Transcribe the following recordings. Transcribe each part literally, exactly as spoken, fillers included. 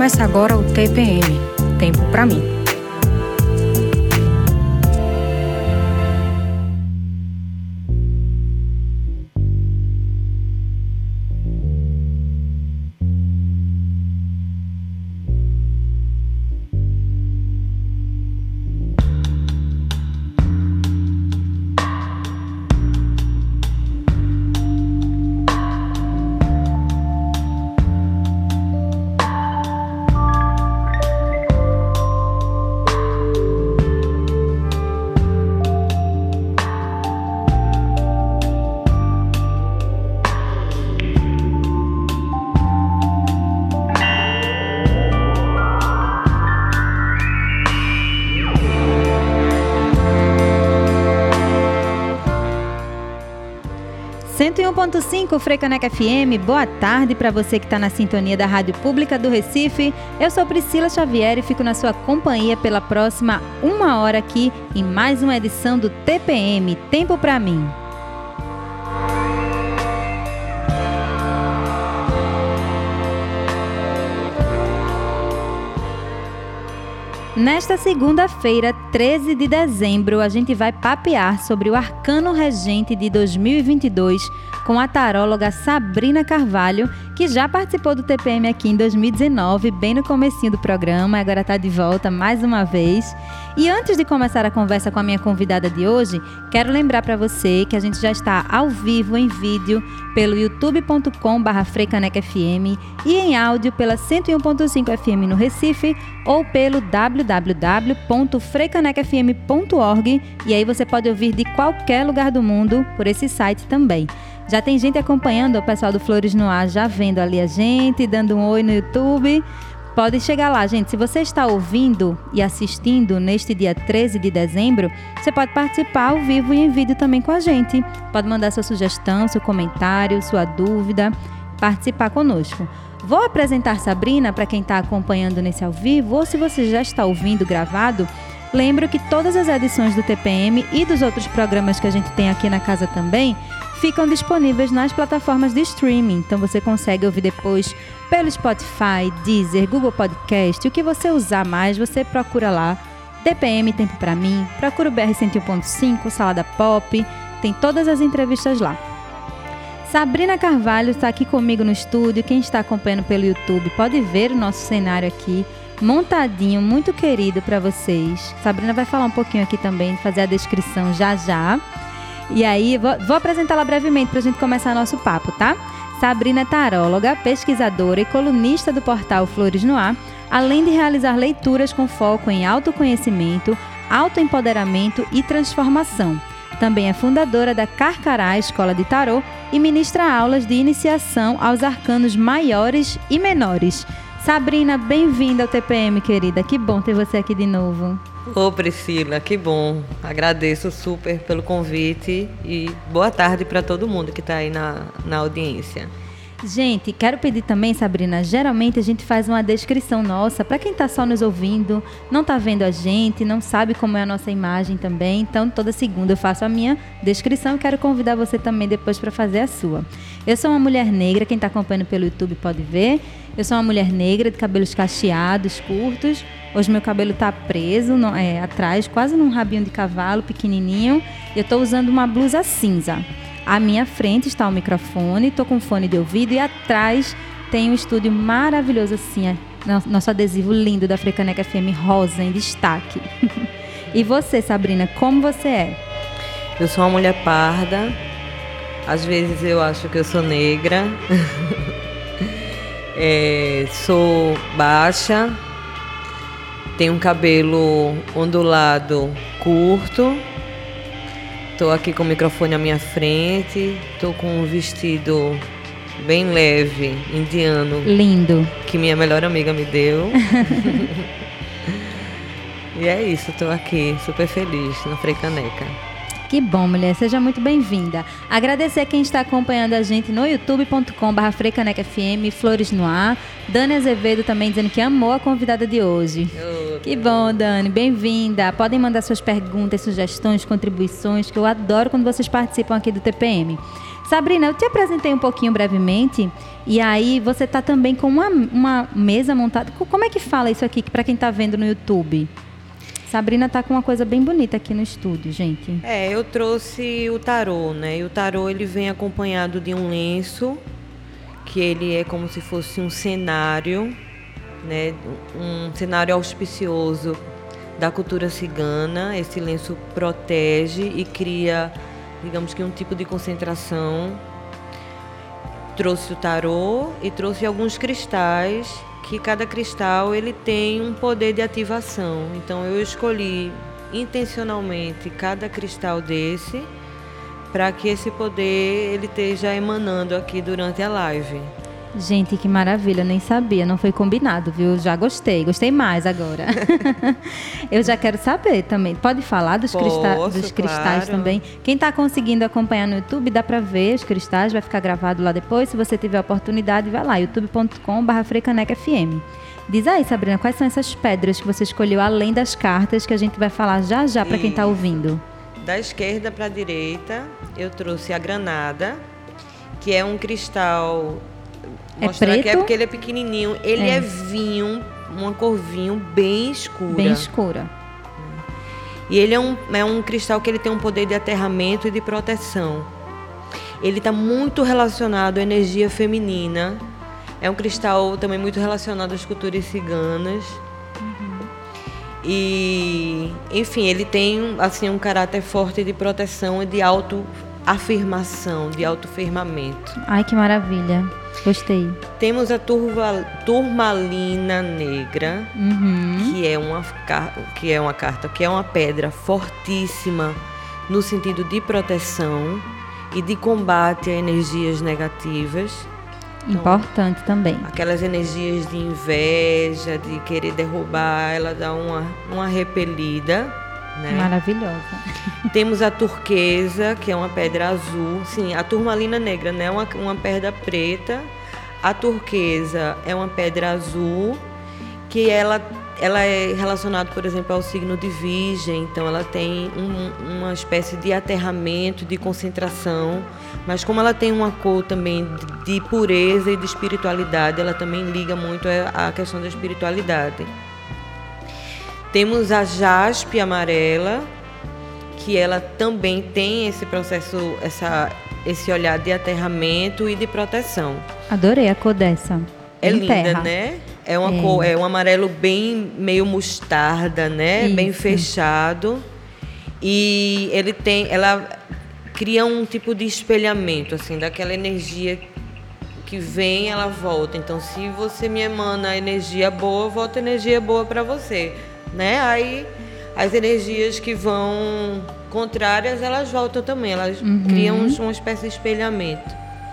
Começa agora o T P M, Tempo pra mim. cento e um ponto cinco Frecaneca F M, boa tarde para você que está na sintonia da Rádio Pública do Recife. Eu sou Priscila Xavier e fico na sua companhia pela próxima uma hora aqui em mais uma edição do T P M, Tempo pra mim. Nesta segunda-feira, treze de dezembro, a gente vai papear sobre o Arcano Regente de dois mil e vinte e dois com a taróloga Sabrina Carvalho, que já participou do T P M aqui em dois mil e dezenove, bem no comecinho do programa, agora está de volta mais uma vez. E antes de começar a conversa com a minha convidada de hoje, quero lembrar para você que a gente já está ao vivo em vídeo pelo youtube ponto com barra frecaneca f m e em áudio pela cento e um ponto cinco F M no Recife ou pelo w w w ponto frecaneca f m ponto org, e aí você pode ouvir de qualquer lugar do mundo por esse site também. Já tem gente acompanhando, o pessoal do Flores no Ar já vendo ali a gente, dando um oi no YouTube. Pode chegar lá, gente. Se você está ouvindo e assistindo neste dia treze de dezembro, você pode participar ao vivo e em vídeo também com a gente. Pode mandar sua sugestão, seu comentário, sua dúvida, participar conosco. Vou apresentar Sabrina para quem está acompanhando nesse ao vivo, ou se você já está ouvindo gravado, lembro que todas as edições do T P M e dos outros programas que a gente tem aqui na casa também ficam disponíveis nas plataformas de streaming. Então você consegue ouvir depois pelo Spotify, Deezer, Google Podcast, o que você usar mais, você procura lá. T P M Tempo Pra Mim, procura o B R cento e um ponto cinco, Salada Pop, tem todas as entrevistas lá. Sabrina Carvalho está aqui comigo no estúdio. Quem está acompanhando pelo YouTube pode ver o nosso cenário aqui, montadinho, muito querido para vocês. Sabrina vai falar um pouquinho aqui também, fazer a descrição já já. E aí, vou, vou apresentá-la brevemente para a gente começar nosso papo, tá? Sabrina é taróloga, pesquisadora e colunista do portal Flores no Ar, além de realizar leituras com foco em autoconhecimento, autoempoderamento e transformação. Também é fundadora da Carcará Escola de Tarô e ministra aulas de iniciação aos arcanos maiores e menores. Sabrina, bem-vinda ao T P M, querida. Que bom ter você aqui de novo. Ô Priscila, que bom. Agradeço super pelo convite e boa tarde para todo mundo que está aí na, na audiência. Gente, quero pedir também, Sabrina, geralmente a gente faz uma descrição nossa, para quem está só nos ouvindo, não está vendo a gente, não sabe como é a nossa imagem também, então toda segunda eu faço a minha descrição e quero convidar você também depois para fazer a sua. Eu sou uma mulher negra, quem está acompanhando pelo YouTube pode ver, eu sou uma mulher negra de cabelos cacheados, curtos, hoje meu cabelo está preso no, é, atrás, quase num rabinho de cavalo, pequenininho, e eu estou usando uma blusa cinza. À minha frente está o microfone, estou com fone de ouvido e atrás tem um estúdio maravilhoso assim, nosso adesivo lindo da Frecaneca F M rosa em destaque. E você, Sabrina, como você é? Eu sou uma mulher parda, às vezes eu acho que eu sou negra, é, sou baixa, tenho um cabelo ondulado curto. Estou aqui com o microfone à minha frente, estou com um vestido bem leve, indiano. Lindo. Que minha melhor amiga me deu. E é isso, estou aqui super feliz na Frecaneca. Que bom, mulher. Seja muito bem-vinda. Agradecer a quem está acompanhando a gente no youtube ponto com barra frecaneca f m, Flores no Ar. Dani Azevedo também dizendo que amou a convidada de hoje. Oh, que bom, Dani. Bem-vinda. Podem mandar suas perguntas, sugestões, contribuições, que eu adoro quando vocês participam aqui do T P M. Sabrina, eu te apresentei um pouquinho brevemente e aí você tá também com uma, uma mesa montada. Como é que fala isso aqui para quem tá vendo no YouTube? Sabrina tá com uma coisa bem bonita aqui no estúdio, gente. É, eu trouxe o tarô, né? E o tarô ele vem acompanhado de um lenço, que ele é como se fosse um cenário, né? Um cenário auspicioso da cultura cigana. Esse lenço protege e cria, digamos que um tipo de concentração. Trouxe o tarô e trouxe alguns cristais, que cada cristal ele tem um poder de ativação. Então eu escolhi intencionalmente cada cristal desse para que esse poder ele esteja emanando aqui durante a live. Gente, que maravilha, nem sabia, não foi combinado, viu? Já gostei, gostei mais agora. Eu já quero saber também. Pode falar dos, Posso, crista- dos cristais claro. também? Quem está conseguindo acompanhar no YouTube, dá para ver os cristais, vai ficar gravado lá depois. Se você tiver a oportunidade, vai lá, youtube ponto com barra frecaneca f m. Diz aí, Sabrina, quais são essas pedras que você escolheu, além das cartas, que a gente vai falar já já para quem está ouvindo? Da esquerda para a direita, eu trouxe a granada, que é um cristal... É Mostrar preto? aqui é porque ele é pequenininho. Ele É. é vinho, uma cor vinho bem escura. Bem escura. E ele é um, é um cristal que ele tem um poder de aterramento e de proteção. Ele está muito relacionado à energia feminina. É um cristal também muito relacionado às culturas ciganas. Uhum. E, enfim, ele tem assim, um caráter forte de proteção e de autoafirmação, de autofirmamento. Ai, que maravilha. Gostei. Temos a turva, turmalina negra, Uhum. que é uma car- que é uma carta, que é uma pedra fortíssima no sentido de proteção e de combate a energias negativas. Importante também. Aquelas energias de inveja, de querer derrubar, ela dá uma, uma repelida, né? Maravilhosa. Temos a turquesa, que é uma pedra azul. Sim, a turmalina negra, né? Uma, uma pedra preta. A turquesa é uma pedra azul, que ela, ela é relacionada, por exemplo, ao signo de Virgem. Então, ela tem um, uma espécie de aterramento, de concentração. Mas como ela tem uma cor também de, de pureza e de espiritualidade, ela também liga muito à questão da espiritualidade. Temos a jaspe amarela, que ela também tem esse processo, essa, esse olhar de aterramento e de proteção. Adorei a cor dessa. É Em linda, terra. né? É uma É. cor, é um amarelo bem meio mostarda, né? Bem Isso. fechado. E ele tem, ela cria um tipo de espelhamento, assim, daquela energia que vem, ela volta. Então, se você me emana energia boa, volta energia boa para você, né? Aí as energias que vão contrárias, elas voltam também, elas Uhum. criam uma espécie de espelhamento.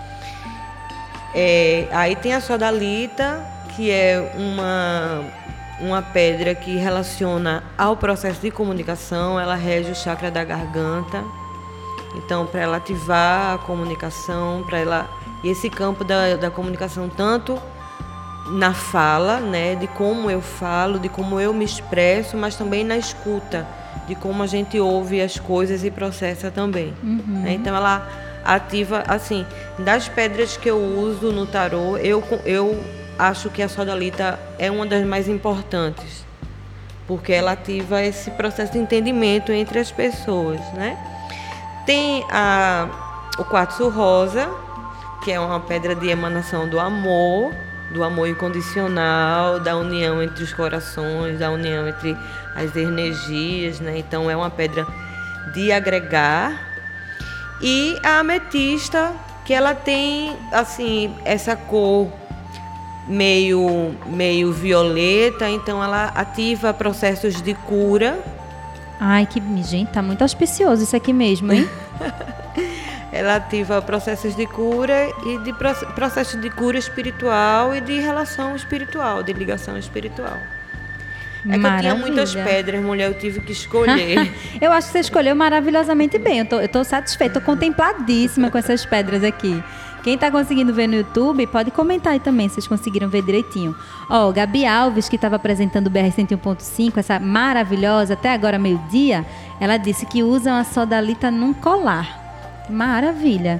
É, aí tem a sodalita, que é uma, uma pedra que relaciona ao processo de comunicação, ela rege o chakra da garganta. Então, para ela ativar a comunicação, para ela... E esse campo da, da comunicação, tanto na fala, né, de como eu falo, de como eu me expresso, mas também na escuta, de como a gente ouve as coisas e processa também. Uhum. Né? Então, ela ativa, assim, das pedras que eu uso no tarô, eu, eu acho que a sodalita é uma das mais importantes, porque ela ativa esse processo de entendimento entre as pessoas, né? Tem a, o quartzo rosa, que é uma pedra de emanação do amor, do amor incondicional, da união entre os corações, da união entre as energias, né? Então é uma pedra de agregar. E a ametista, que ela tem assim essa cor meio meio violeta, então ela ativa processos de cura. Ai, que... Gente, tá muito auspicioso isso aqui mesmo, hein? Ela ativa processos de cura e de processos de cura espiritual e de relação espiritual, de ligação espiritual. É que eu tinha muitas pedras, mulher, eu tive que escolher. Eu acho que você escolheu maravilhosamente bem. Eu tô, eu tô satisfeita, tô contempladíssima com essas pedras aqui. Quem tá conseguindo ver no YouTube, pode comentar aí também, se vocês conseguiram ver direitinho. Ó, Gabi Alves, que estava apresentando o B R cento e um ponto cinco, essa maravilhosa, até agora meio-dia, ela disse que usam a sodalita num colar. Maravilha.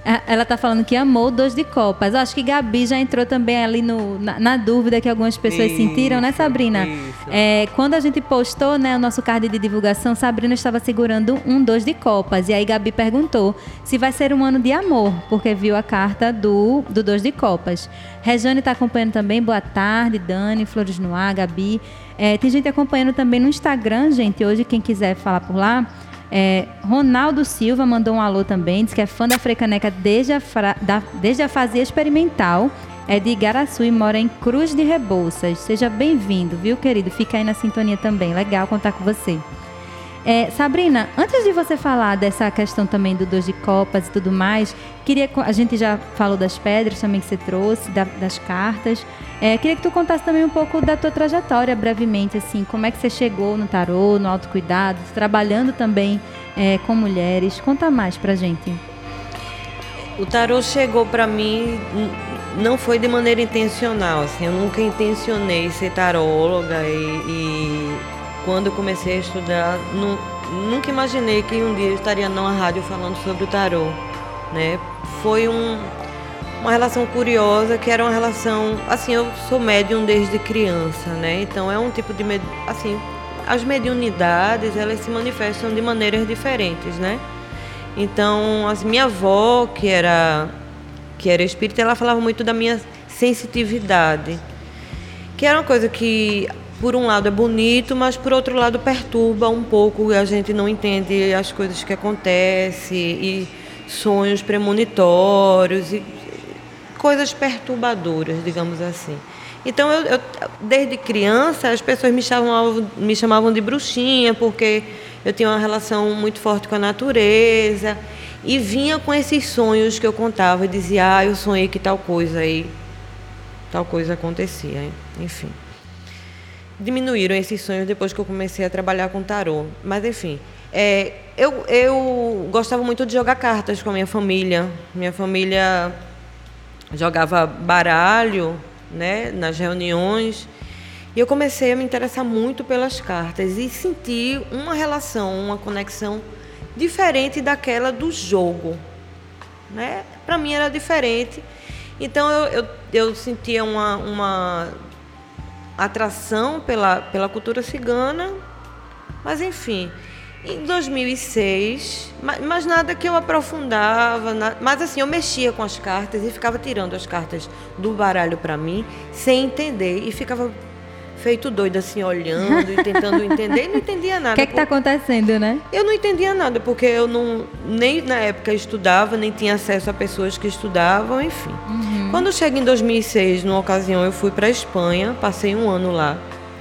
Ela tá falando que amou o dois de copas. Eu acho que Gabi já entrou também ali no, na, na dúvida que algumas pessoas Isso, sentiram, né, Sabrina? isso. É, quando a gente postou, né, o nosso card de divulgação, Sabrina estava segurando um dois de copas. E aí Gabi perguntou se vai ser um ano de amor, porque viu a carta do, do dois de copas. Rejane está acompanhando também. Boa tarde, Dani, Flores no Ar, Gabi. É, tem gente acompanhando também no Instagram, gente. Hoje, quem quiser falar por lá... É, Ronaldo Silva mandou um alô também, diz que é fã da Frecaneca desde a, fra, da, desde a fase experimental, é de Igaraçu e mora em Cruz de Rebouças. Seja bem-vindo, viu, querido? Fica aí na sintonia também, legal contar com você. É, Sabrina, antes de você falar dessa questão também do dois de copas e tudo mais, queria, a gente já falou das pedras também que você trouxe, da, das cartas, é, queria que tu contasse também um pouco da tua trajetória, brevemente, assim, como é que você chegou no tarô, no autocuidado, trabalhando também é, com mulheres. Conta mais pra gente. O tarô chegou para mim, não foi de maneira intencional, assim, eu nunca intencionei ser taróloga e... e... Quando eu comecei a estudar, nu, nunca imaginei que um dia eu estaria numa rádio falando sobre o tarô, né? Foi um, uma relação curiosa, que era uma relação... Assim, eu sou médium desde criança, né? Então, é um tipo de... Assim, as mediunidades, elas se manifestam de maneiras diferentes, né? Então, a minha avó, que era, que era espírita, ela falava muito da minha sensitividade, que era uma coisa que... Por um lado é bonito, mas por outro lado perturba um pouco, a gente não entende as coisas que acontecem, e sonhos premonitórios, e coisas perturbadoras, digamos assim. Então, eu, eu, desde criança, as pessoas me chamavam, me chamavam de bruxinha, porque eu tinha uma relação muito forte com a natureza, e vinha com esses sonhos que eu contava, e dizia, ah, eu sonhei que tal coisa aí, tal coisa acontecia, enfim. Diminuíram esses sonhos depois que eu comecei a trabalhar com tarô. Mas, enfim, é, eu, eu gostava muito de jogar cartas com a minha família. Minha família jogava baralho, né, nas reuniões. E eu comecei a me interessar muito pelas cartas e senti uma relação, uma conexão diferente daquela do jogo, né? Para mim era diferente. Então, eu, eu, eu sentia uma... uma atração pela, pela cultura cigana, mas enfim, em dois mil e seis, mas, mas nada que eu aprofundava, na, mas assim, eu mexia com as cartas e ficava tirando as cartas do baralho para mim, sem entender, e ficava feito doido assim, olhando e tentando entender, e não entendia nada. O que é que está acontecendo, né? Eu não entendia nada, porque eu não, nem na época estudava, nem tinha acesso a pessoas que estudavam, enfim. Uhum. Quando eu cheguei em dois mil e seis, numa ocasião, eu fui para a Espanha, passei um ano lá,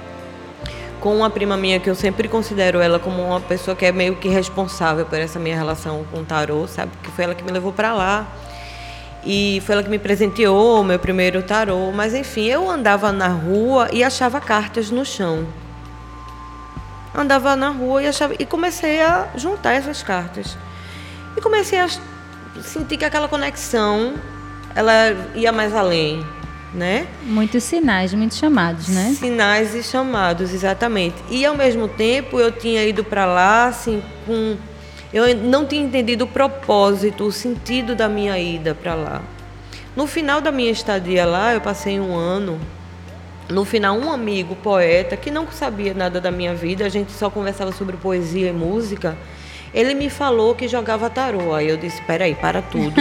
com uma prima minha, que eu sempre considero ela como uma pessoa que é meio que responsável por essa minha relação com o tarô, sabe? Que foi ela que me levou para lá. E foi ela que me presenteou, meu primeiro tarô. Mas, enfim, eu andava na rua e achava cartas no chão. Andava na rua e, achava, e comecei a juntar essas cartas. E comecei a sentir que aquela conexão, ela ia mais além, né? Muitos sinais, muitos chamados, né? Sinais e chamados, exatamente. E, ao mesmo tempo, eu tinha ido para lá, assim, com... Eu não tinha entendido o propósito, o sentido da minha ida para lá. No final da minha estadia lá, eu passei um ano. No final, um amigo poeta, que não sabia nada da minha vida, a gente só conversava sobre poesia e música, ele me falou que jogava tarô. Aí eu disse, peraí, para tudo.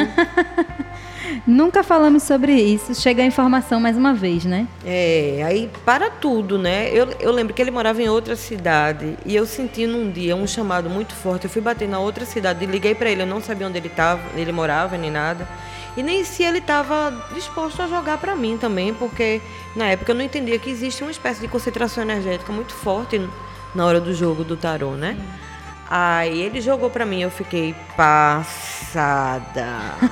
Nunca falamos sobre isso. Chega a informação mais uma vez, né? É, aí para tudo, né? Eu, eu lembro que ele morava em outra cidade e eu senti num dia um chamado muito forte. Eu fui bater na outra cidade e liguei para ele. Eu não sabia onde ele estava, ele morava, nem nada. E nem se ele estava disposto a jogar para mim também, porque na época eu não entendia que existe uma espécie de concentração energética muito forte na hora do jogo do tarô, né? Sim. Aí ele jogou para mim, eu fiquei passada.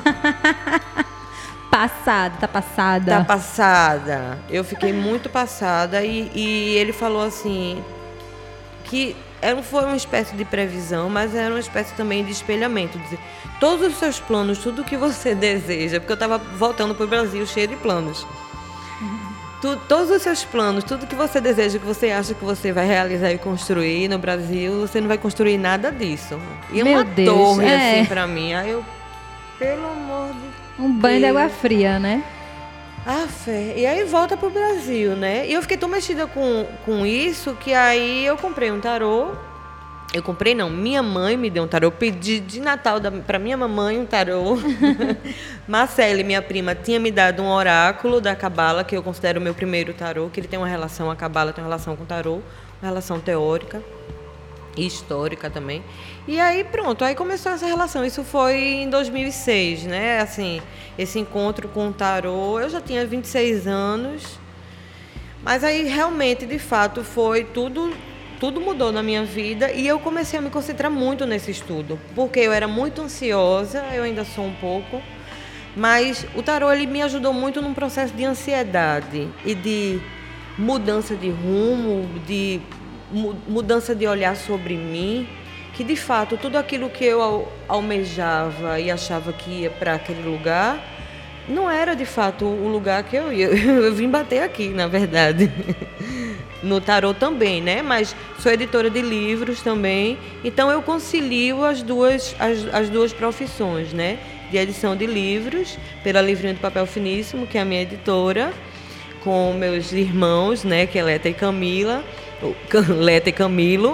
Passada, tá passada. Tá passada. Eu fiquei muito passada e, e ele falou assim, que não foi uma espécie de previsão, mas era uma espécie também de espelhamento. Dizer, todos os seus planos, tudo que você deseja, porque eu estava voltando para o Brasil cheio de planos. Uhum. Tu, todos os seus planos, tudo que você deseja, que você acha que você vai realizar e construir no Brasil, você não vai construir nada disso. E Meu uma Deus, torre é. assim para mim. Aí eu pelo amor de Um banho de Deus. água fria, né? Ah, fé. E aí volta pro Brasil, né? E eu fiquei tão mexida com, com isso que aí eu comprei um tarô. Eu comprei, não. Minha mãe me deu um tarô. Eu pedi de Natal da, pra minha mamãe um tarô. Marcele, minha prima, tinha me dado um oráculo da Cabala, que eu considero o meu primeiro tarô, que ele tem uma relação, a Cabala tem uma relação com o tarô, uma relação teórica e histórica também. E aí, pronto, aí começou essa relação. Isso foi em dois mil e seis, né? Assim, esse encontro com o tarô. Eu já tinha vinte e seis anos. Mas aí, realmente, de fato, foi tudo... Tudo mudou na minha vida e eu comecei a me concentrar muito nesse estudo. Porque eu era muito ansiosa, eu ainda sou um pouco. Mas o tarô, ele me ajudou muito num processo de ansiedade e de mudança de rumo, de mudança de olhar sobre mim, que de fato tudo aquilo que eu almejava e achava que ia para aquele lugar, não era de fato o lugar que eu ia. Eu vim bater aqui, na verdade. No tarô também, né? Mas sou editora de livros também, então eu concilio as duas, as, as duas profissões, né? De edição de livros, pela Livrinho de Papel Finíssimo, que é a minha editora, com meus irmãos, né? Que é Leta e Camila, Leta e Camilo,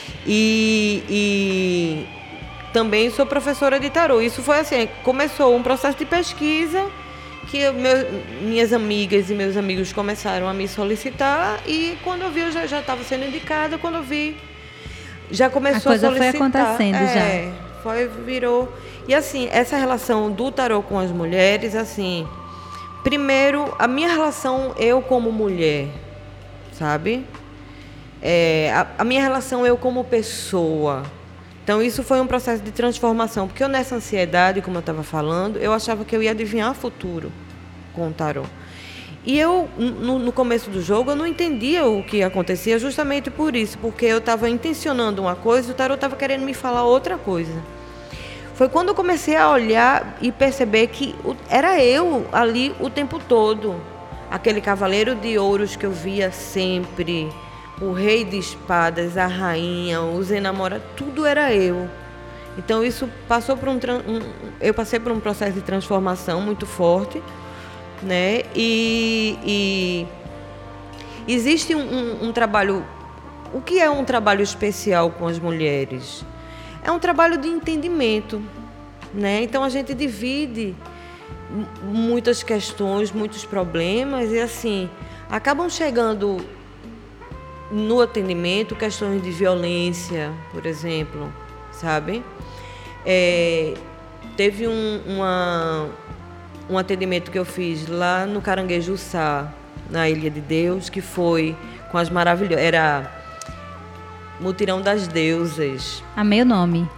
e, e também sou professora de tarô. Isso foi assim, começou um processo de pesquisa que meu, minhas amigas e meus amigos começaram a me solicitar e quando eu vi eu já estava sendo indicada, quando eu vi já começou a, a coisa a solicitar. Foi acontecendo é, já. Foi, virou. E assim, essa relação do tarô com as mulheres, assim, primeiro, a minha relação eu como mulher, sabe? É, a, a minha relação eu como pessoa. Então, isso foi um processo de transformação, porque eu, nessa ansiedade, como eu estava falando, eu achava que eu ia adivinhar o futuro com o tarô. E eu, no, no começo do jogo, eu não entendia o que acontecia justamente por isso, porque eu estava intencionando uma coisa e o tarô estava querendo me falar outra coisa. Foi quando eu comecei a olhar e perceber que era eu ali o tempo todo. Aquele cavaleiro de ouros que eu via sempre... O rei de espadas, a rainha, os enamorados, tudo era eu. Então isso passou por um, um, eu passei por um processo de transformação muito forte, né? E, e existe um, um, um trabalho. O que é um trabalho especial com as mulheres? É um trabalho de entendimento, né? Então a gente divide muitas questões, muitos problemas e assim acabam chegando no atendimento, questões de violência, por exemplo, sabe? É, teve um, uma, um atendimento que eu fiz lá no Caranguejuçá, na Ilha de Deus, que foi com as maravilhosas... Era Mutirão das Deusas. Amei o nome.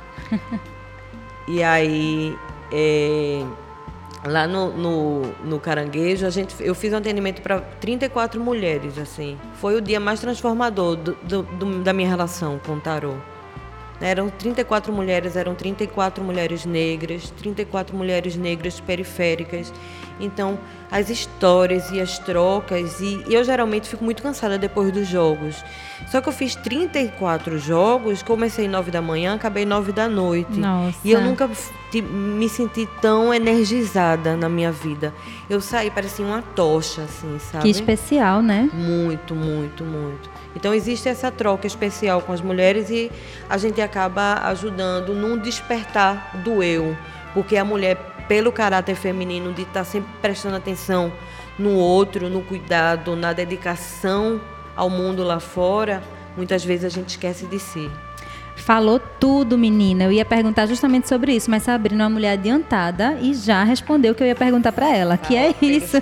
E aí... É, lá no, no, no Caranguejo, a gente, eu fiz um atendimento para trinta e quatro mulheres, assim. Foi o dia mais transformador do, do, do, da minha relação com o tarô. Eram trinta e quatro mulheres, eram trinta e quatro mulheres negras, trinta e quatro mulheres negras periféricas. Então, as histórias e as trocas, e, e eu geralmente fico muito cansada depois dos jogos. Só que eu fiz trinta e quatro jogos, comecei nove da manhã, acabei nove da noite. Nossa. E eu nunca me senti tão energizada na minha vida. Eu saí, parecia uma tocha, assim, sabe? Que especial, né? Muito, muito, muito. Então, existe essa troca especial com as mulheres e a gente acaba ajudando num despertar do eu. Porque a mulher, pelo caráter feminino de estar sempre prestando atenção no outro, no cuidado, na dedicação ao mundo lá fora, muitas vezes a gente esquece de si. Falou tudo, menina. Eu ia perguntar justamente sobre isso, mas Sabrina é uma mulher adiantada e já respondeu o que eu ia perguntar para ela, que é isso.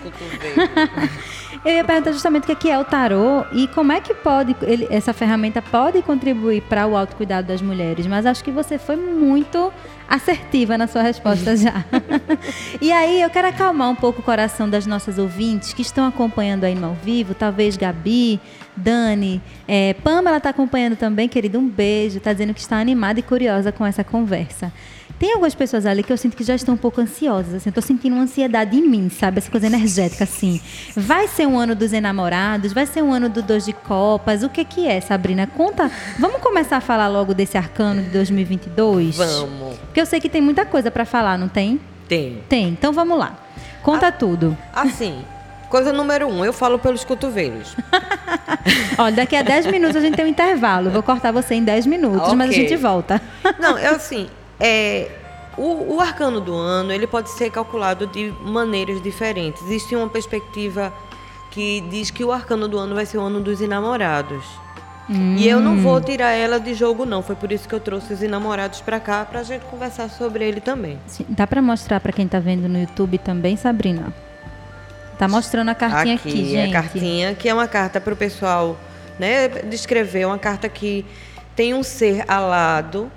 Eu ia perguntar justamente o que é o tarô e como é que pode, ele, essa ferramenta pode contribuir para o autocuidado das mulheres, mas acho que você foi muito assertiva na sua resposta já. E aí eu quero acalmar um pouco o coração das nossas ouvintes que estão acompanhando aí no ao vivo, talvez Gabi, Dani, é, Pamela está acompanhando também, querida, um beijo, está dizendo que está animada e curiosa com essa conversa. Tem algumas pessoas ali que eu sinto que já estão um pouco ansiosas, assim, eu tô sentindo uma ansiedade em mim, sabe? Essa coisa energética, assim. Vai ser um ano dos enamorados? Vai ser um ano do dois de copas? O que que é, Sabrina? Conta, vamos começar a falar logo desse arcano de dois mil e vinte e dois? Vamos. Porque eu sei que tem muita coisa para falar, não tem? Tem. Tem, então vamos lá. Conta Ah, tudo. Assim, coisa número um, eu falo pelos cotovelos. Olha, daqui a dez minutos a gente tem um intervalo. Vou cortar você em dez minutos, Ok. mas a gente volta. Não, é assim, é, o, o arcano do ano, ele pode ser calculado de maneiras diferentes. Existe uma perspectiva que diz que o arcano do ano vai ser o ano dos enamorados. Hum. E eu não vou tirar ela de jogo, não. Foi por isso que eu trouxe os enamorados pra cá, pra gente conversar sobre ele também. Sim, dá pra mostrar pra quem tá vendo no YouTube também, Sabrina? Tá mostrando a cartinha aqui, Aqui, gente. é a cartinha, que é uma carta pro pessoal, né, descrever. Uma carta que tem um ser alado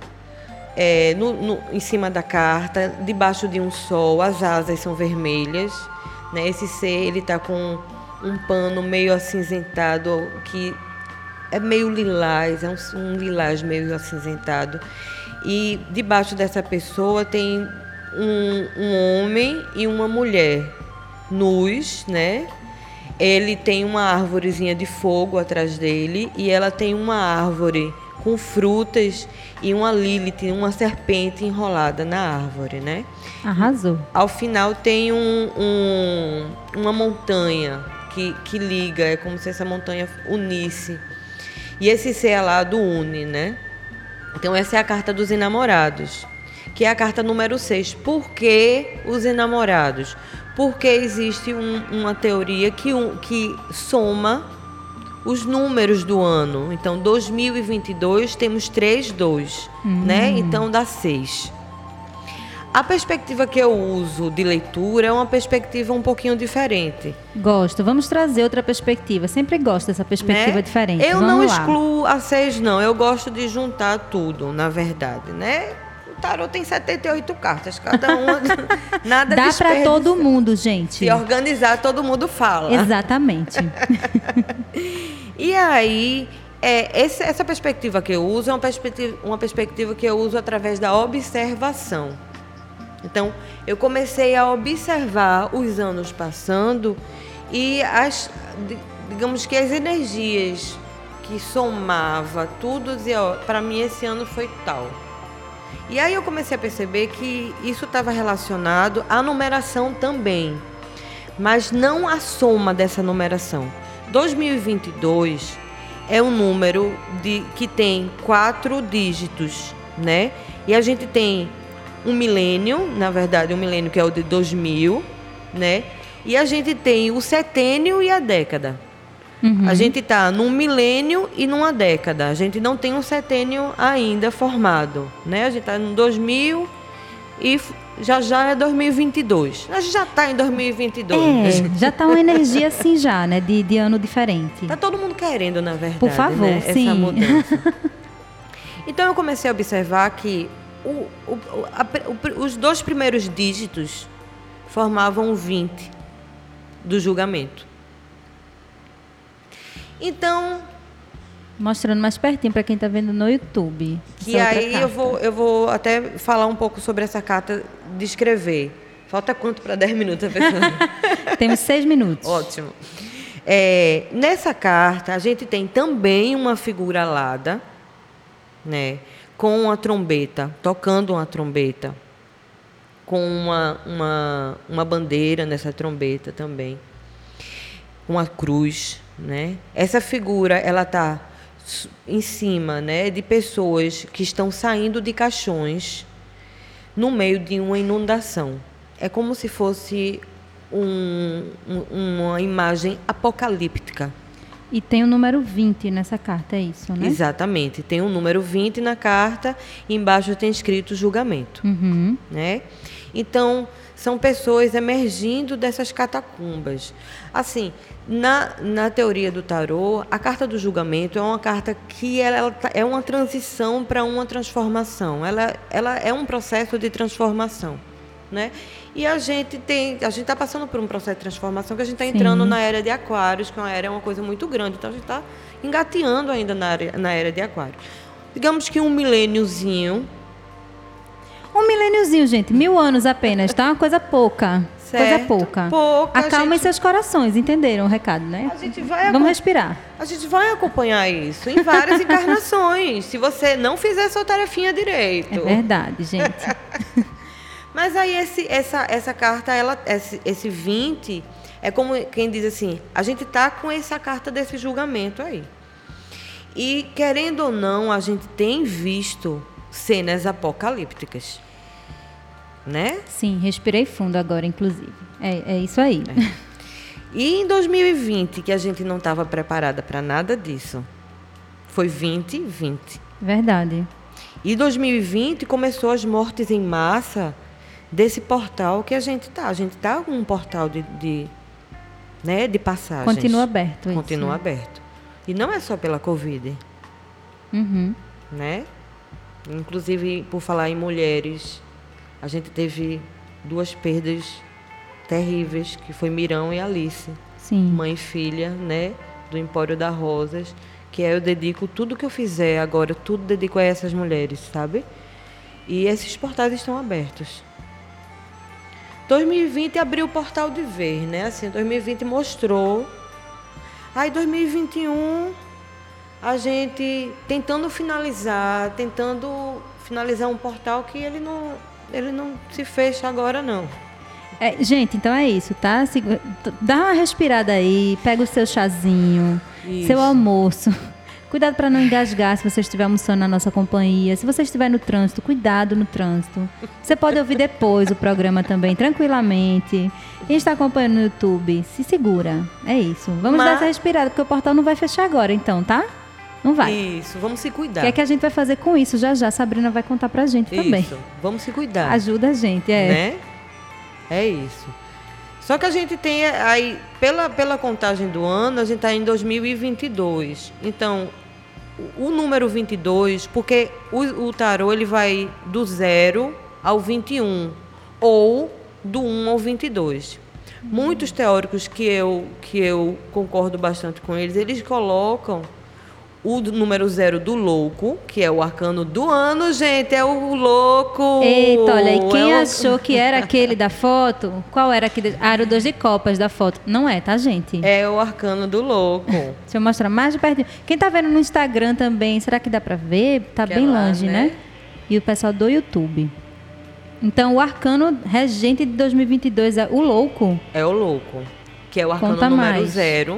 é, no, no, em cima da carta, debaixo de um sol, as asas são vermelhas, né? Esse ser, ele tá com um pano meio acinzentado, que é meio lilás, é um, um lilás meio acinzentado. E debaixo dessa pessoa tem um, um homem e uma mulher nus, né? Ele tem uma árvorezinha de fogo atrás dele e ela tem uma árvore com frutas e uma Lilith, uma serpente enrolada na árvore, né? Arrasou. Ao final tem um, um, uma montanha que, que liga, é como se essa montanha unisse. E esse ser alado une, né? Então essa é a carta dos enamorados, que é a carta número seis. Por que os enamorados? Porque existe um, uma teoria que, um, que soma os números do ano. Então, dois mil e vinte e dois temos três, dois, Hum. né? Então dá seis. A perspectiva que eu uso de leitura é uma perspectiva um pouquinho diferente. Gosto. Vamos trazer outra perspectiva. Sempre gosto dessa perspectiva né? diferente. Eu Vamos não lá. excluo a seis, não. Eu gosto de juntar tudo, na verdade, né? O tarô tem setenta e oito cartas, cada uma, nada Dá pra desperdiça. todo mundo, gente. Se organizar, todo mundo fala. Exatamente. E aí, é, esse, essa perspectiva que eu uso é uma perspectiva, uma perspectiva que eu uso através da observação. Então, eu comecei a observar os anos passando e as, digamos que as energias que somava tudo, dizia, para mim esse ano foi tal. E aí eu comecei a perceber que isso estava relacionado à numeração também, mas não à soma dessa numeração. dois mil e vinte e dois é um número de, que tem quatro dígitos, né? E a gente tem um milênio, na verdade, um milênio que é o de dois mil, né? E a gente tem o setênio e a década. Uhum. A gente está num milênio e numa década. A gente não tem um setênio ainda formado, né? A gente está no dois mil e já já é dois mil e vinte e dois. A gente já está em dois mil e vinte e dois. É, já tá uma energia assim já, né? De, de ano diferente. Tá todo mundo querendo, na verdade, Por favor, né? sim. Essa mudança. Então eu comecei a observar que o, o, a, o, os dois primeiros dígitos formavam o vinte do julgamento. Então, Mostrando mais pertinho para quem tá vendo no YouTube. que essa outra aí carta. eu vou, eu vou até falar um pouco sobre essa carta, descrever. Falta quanto para dez minutos, a pessoa? Temos seis minutos. Ótimo. É, nessa carta, a gente tem também uma figura alada, né, com uma trombeta, tocando uma trombeta, com uma, uma, uma bandeira nessa trombeta também, uma cruz, né? Essa figura, ela está em cima, né, de pessoas que estão saindo de caixões no meio de uma inundação. É como se fosse um, um, uma imagem apocalíptica. E tem o número vinte nessa carta, é isso, né? Exatamente. Tem o número vinte na carta e embaixo tem escrito julgamento. Uhum. Né? Então, são pessoas emergindo dessas catacumbas. Assim, na, na teoria do tarô, a carta do julgamento é uma carta que ela, ela é uma transição para uma transformação. Ela, ela é um processo de transformação. Né? E a gente tem, a gente está passando por um processo de transformação que a gente está entrando na era de Aquários, que é uma era é uma coisa muito grande. Então a gente está engateando ainda na, área, na era de Aquário. Digamos que um milêniozinho. Um milêniozinho, gente. Mil anos apenas, tá? Uma coisa pouca. Certo, coisa pouca. pouca, Acalmem gente... seus corações, entenderam o recado, né? A gente vai Vamos respirar. A gente vai acompanhar isso em várias encarnações, se você não fizer sua tarefinha direito. É verdade, gente. Mas aí esse, essa, essa carta, ela, esse, esse vinte, é como quem diz assim, a gente está com essa carta desse julgamento aí. E, querendo ou não, a gente tem visto cenas apocalípticas, né? Sim, respirei fundo agora, inclusive. É, é isso aí. É. E em dois mil e vinte, que a gente não estava preparada para nada disso, foi vinte e vinte. Verdade. E dois mil e vinte começou as mortes em massa desse portal que a gente está. A gente está com um portal de, de, né, de passagens. Continua aberto. Isso, Continua né? aberto. E não é só pela Covid. Uhum. Né? Inclusive, por falar em mulheres, a gente teve duas perdas terríveis, que foi Mirão e Alice. Sim. Mãe e filha, né, do Empório das Rosas, que eu dedico tudo que eu fizer agora, tudo dedico a essas mulheres, sabe? E esses portais estão abertos. dois mil e vinte abriu o portal de ver, né? Assim, dois mil e vinte mostrou. Aí dois mil e vinte e um a gente tentando finalizar, tentando finalizar um portal que ele não, ele não se fecha agora, não. É, gente, então é isso, tá? Dá uma respirada aí, pega o seu chazinho, Isso. seu almoço. Cuidado para não engasgar se você estiver almoçando na nossa companhia. Se você estiver no trânsito, cuidado no trânsito. Você pode ouvir depois o programa também, tranquilamente. Quem está acompanhando no YouTube, se segura. É isso. Vamos Mas... dar essa respirada, porque o portal não vai fechar agora, então, tá? Não vai. Isso, vamos se cuidar. O que é que a gente vai fazer com isso? Já já a Sabrina vai contar pra gente também. Isso, vamos se cuidar. Ajuda a gente, é. Né? É isso. Só que a gente tem aí, pela, pela contagem do ano, a gente está em dois mil e vinte e dois. Então, o, o número vinte e dois, porque o, o tarô ele vai do zero ao vinte e um, ou do um ao vinte e dois. Uhum. Muitos teóricos que eu, que eu concordo bastante com eles, eles colocam o número zero do louco, que é o arcano do ano, gente, é o louco. Eita, olha, e quem é o... achou que era aquele da foto? Qual era aquele? Ah, era o dois de copas da foto. Não é, tá, gente? É o arcano do louco. Deixa eu mostrar mais de perto. Quem tá vendo no Instagram também, será que dá pra ver? Tá que bem lá, longe, né? né? E o pessoal do YouTube. Então, o arcano regente de dois mil e vinte e dois é o louco? É o louco, que é o arcano Conta número mais. zero.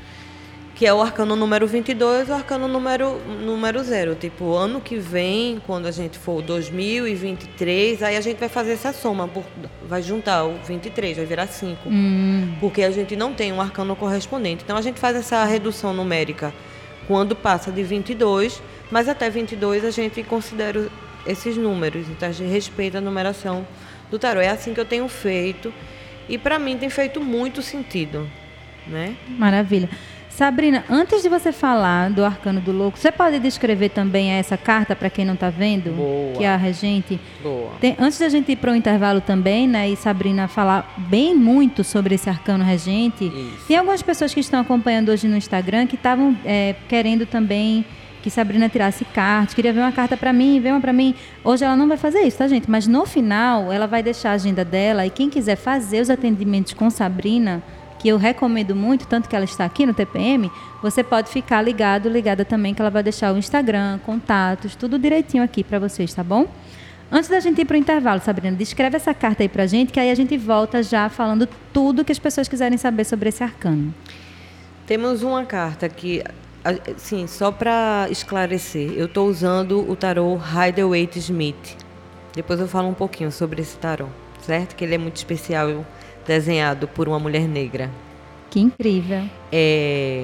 Que é o arcano número vinte e dois, o arcano número, número zero. Tipo, ano que vem, quando a gente for dois mil e vinte e três, aí a gente vai fazer essa soma, por, vai juntar o vinte e três, vai virar cinco. Hum. Porque a gente não tem um arcano correspondente. Então, a gente faz essa redução numérica quando passa de vinte e dois, mas até vinte e dois a gente considera esses números. Então, a gente respeita a numeração do tarô. É assim que eu tenho feito. E, para mim, tem feito muito sentido, né? Maravilha. Sabrina, antes de você falar do arcano do louco, você pode descrever também essa carta para quem não está vendo? Boa. Que é a regente? Boa. Tem, antes da gente ir para o intervalo também, né, e Sabrina falar bem muito sobre esse arcano regente, Isso. Tem algumas pessoas que estão acompanhando hoje no Instagram que estavam é, querendo também que Sabrina tirasse cartas, queria ver uma carta para mim, ver uma para mim. Hoje ela não vai fazer isso, tá, gente? Mas no final ela vai deixar a agenda dela e quem quiser fazer os atendimentos com Sabrina, que eu recomendo muito, tanto que ela está aqui no T P M, você pode ficar ligado, ligada também, que ela vai deixar o Instagram, contatos, tudo direitinho aqui para vocês, tá bom? Antes da gente ir para o intervalo, Sabrina, descreve essa carta aí para a gente, que aí a gente volta já falando tudo que as pessoas quiserem saber sobre esse arcano. Temos uma carta que, sim, só para esclarecer, eu estou usando o tarô Rider-Waite-Smith. Depois eu falo um pouquinho sobre esse tarô, certo? Que ele é muito especial, desenhado por uma mulher negra. Que incrível. É,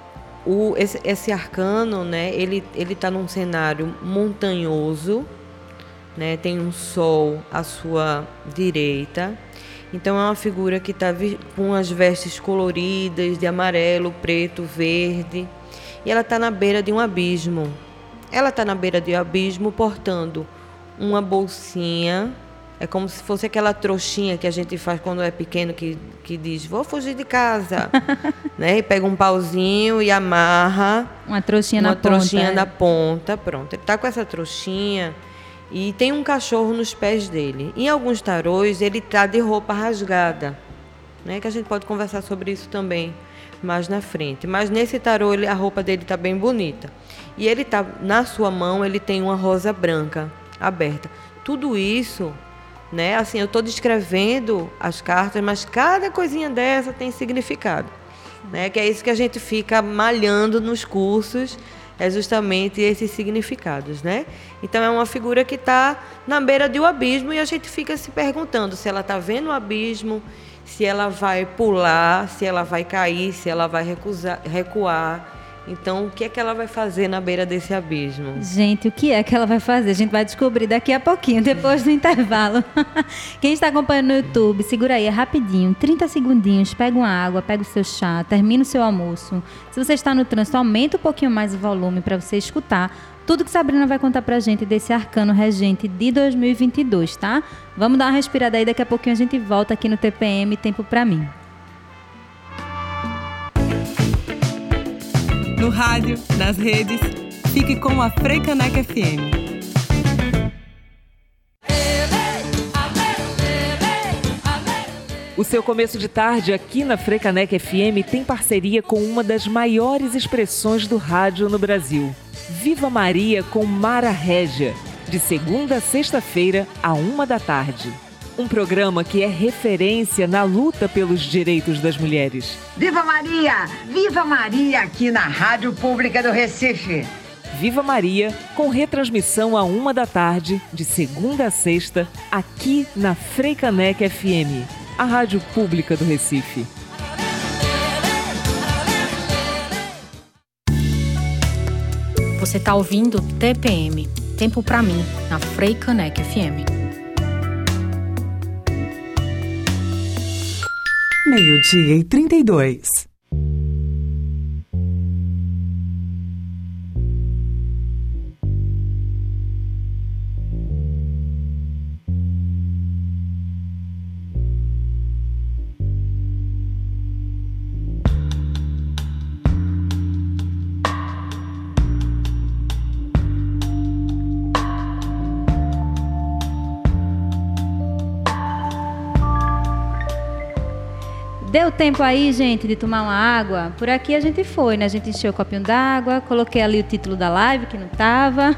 o, esse, esse arcano, né, ele ele está num cenário montanhoso, né, tem um sol à sua direita. Então é uma figura que está com as vestes coloridas de amarelo, preto, verde. E ela está na beira de um abismo. Ela está na beira de um abismo portando uma bolsinha. É como se fosse aquela trouxinha que a gente faz quando é pequeno, que, que diz, vou fugir de casa. Né? E pega um pauzinho e amarra. Uma trouxinha uma na trouxinha ponta. na ponta, pronto. Ele está com essa trouxinha e tem um cachorro nos pés dele. Em alguns tarôs, ele está de roupa rasgada. Né? Que a gente pode conversar sobre isso também mais na frente. Mas nesse tarô, ele, a roupa dele está bem bonita. E ele tá, na sua mão, ele tem uma rosa branca aberta. Tudo isso né? Assim, eu estou descrevendo as cartas, mas cada coisinha dessa tem significado, né? Que é isso que a gente fica malhando nos cursos, é justamente esses significados, né? Então é uma figura que está na beira de um abismo e a gente fica se perguntando se ela está vendo o abismo, se ela vai pular, se ela vai cair, se ela vai recusar, recuar. Então, o que é que ela vai fazer na beira desse abismo? Gente, o que é que ela vai fazer? A gente vai descobrir daqui a pouquinho, depois do intervalo. Quem está acompanhando no YouTube, segura aí, é rapidinho, trinta segundinhos, pega uma água, pega o seu chá, termina o seu almoço. Se você está no trânsito, aumenta um pouquinho mais o volume para você escutar tudo que Sabrina vai contar pra gente desse arcano regente de dois mil e vinte e dois, tá? Vamos dar uma respirada aí, daqui a pouquinho a gente volta aqui no T P M Tempo Pra Mim. No rádio, nas redes, fique com a Freicaneca F M. O seu começo de tarde aqui na Freicaneca F M tem parceria com uma das maiores expressões do rádio no Brasil. Viva Maria com Mara Régia, de segunda a sexta-feira, à uma da tarde. Um programa que é referência na luta pelos direitos das mulheres. Viva Maria! Viva Maria aqui na Rádio Pública do Recife. Viva Maria, com retransmissão à uma da tarde, de segunda a sexta, aqui na Freicaneca F M, a Rádio Pública do Recife. Você está ouvindo T P M, Tempo Pra Mim, na Freicaneca F M. Meio-dia e trinta e dois. Deu tempo aí, gente, de tomar uma água? Por aqui a gente foi, né? A gente encheu o copinho d'água, coloquei ali o título da live, que não estava.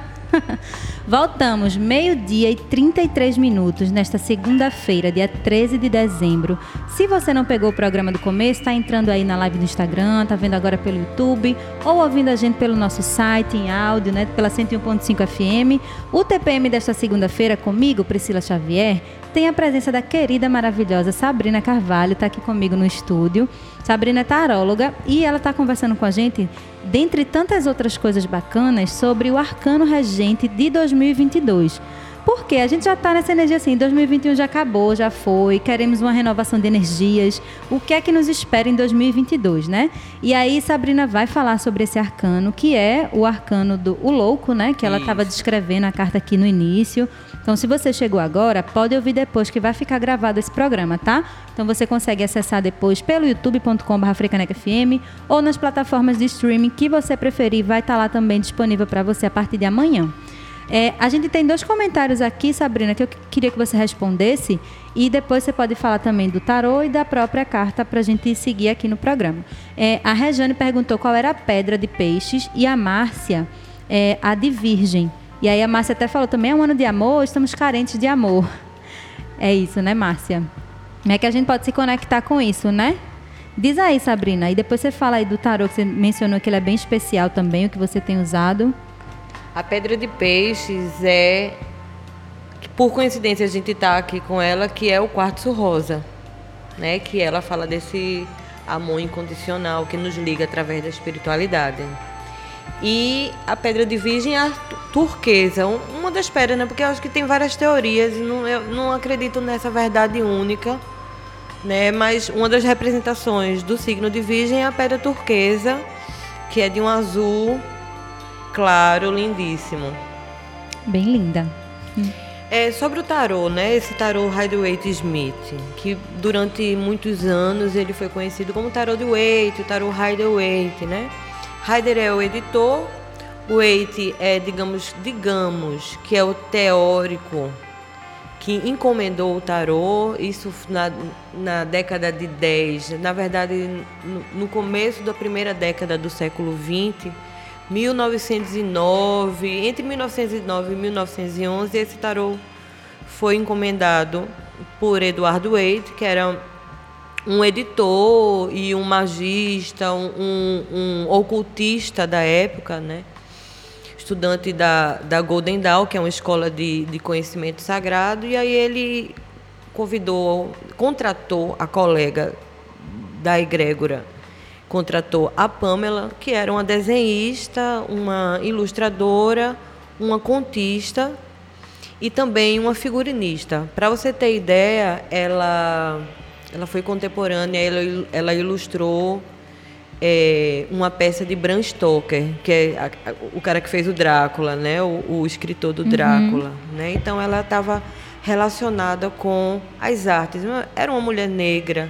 Voltamos, meio-dia e trinta e três minutos, nesta segunda-feira, dia treze de dezembro. Se você não pegou o programa do começo, está entrando aí na live do Instagram, está vendo agora pelo YouTube, ou ouvindo a gente pelo nosso site, em áudio, né, pela cento e um ponto cinco F M. O T P M desta segunda-feira, comigo, Priscila Xavier, tem a presença da querida, maravilhosa Sabrina Carvalho, está aqui comigo no estúdio. Sabrina é taróloga e ela está conversando com a gente, dentre tantas outras coisas bacanas, sobre o arcano regente de dois mil e vinte e dois. Porque a gente já está nessa energia assim, dois mil e vinte e um já acabou, já foi, queremos uma renovação de energias, o que é que nos espera em dois mil e vinte e dois, né? E aí Sabrina vai falar sobre esse arcano, que é o arcano do o louco, né? Que ela estava descrevendo a carta aqui no início. Então, se você chegou agora, pode ouvir depois, que vai ficar gravado esse programa, tá? Então, você consegue acessar depois pelo youtube ponto com barra Freicaneca F M ou nas plataformas de streaming que você preferir, vai estar lá também disponível para você a partir de amanhã. É, a gente tem dois comentários aqui, Sabrina, que eu queria que você respondesse, e depois você pode falar também do tarô e da própria carta para a gente seguir aqui no programa. É, a Regiane perguntou qual era a pedra de peixes e a Márcia é, a de virgem. E aí a Márcia até falou também, é um ano de amor, estamos carentes de amor. É isso, né, Márcia? Como é que a gente pode se conectar com isso, né? Diz aí, Sabrina, e depois você fala aí do tarô, que você mencionou que ele é bem especial também, o que você tem usado. A pedra de peixes é, por coincidência a gente está aqui com ela, que é o quartzo rosa, né? Que ela fala desse amor incondicional que nos liga através da espiritualidade. E a pedra de virgem é a turquesa, uma das pedras, né? Porque eu acho que tem várias teorias, não, eu não acredito nessa verdade única, né? Mas uma das representações do signo de virgem é a pedra turquesa, que é de um azul claro, lindíssimo. Bem linda. É, sobre o tarô, né? Esse tarô Rider-Waite-Smith, que durante muitos anos ele foi conhecido como tarô de Waite, o tarô Rider-Waite, né? Rider é o editor, Waite é, digamos, digamos, que é o teórico que encomendou o tarô, isso na, na década de dez, na verdade, no, no começo da primeira década do século vinte, mil novecentos e nove, entre mil novecentos e nove e mil novecentos e onze, esse tarô foi encomendado por Eduardo Wade, que era um editor e um magista, um, um, um ocultista da época, né? Estudante da, da Golden Dawn, que é uma escola de, de conhecimento sagrado, e aí ele convidou, contratou a colega da egrégora, contratou a Pamela, que era uma desenhista, uma ilustradora, uma contista e também uma figurinista. Para você ter ideia, ela, ela foi contemporânea, ela, ela ilustrou é, uma peça de Bram Stoker, que é a, a, o cara que fez o Drácula, né? o, o escritor do Drácula. Uhum. Né? Então, ela estava relacionada com as artes. Era uma mulher negra,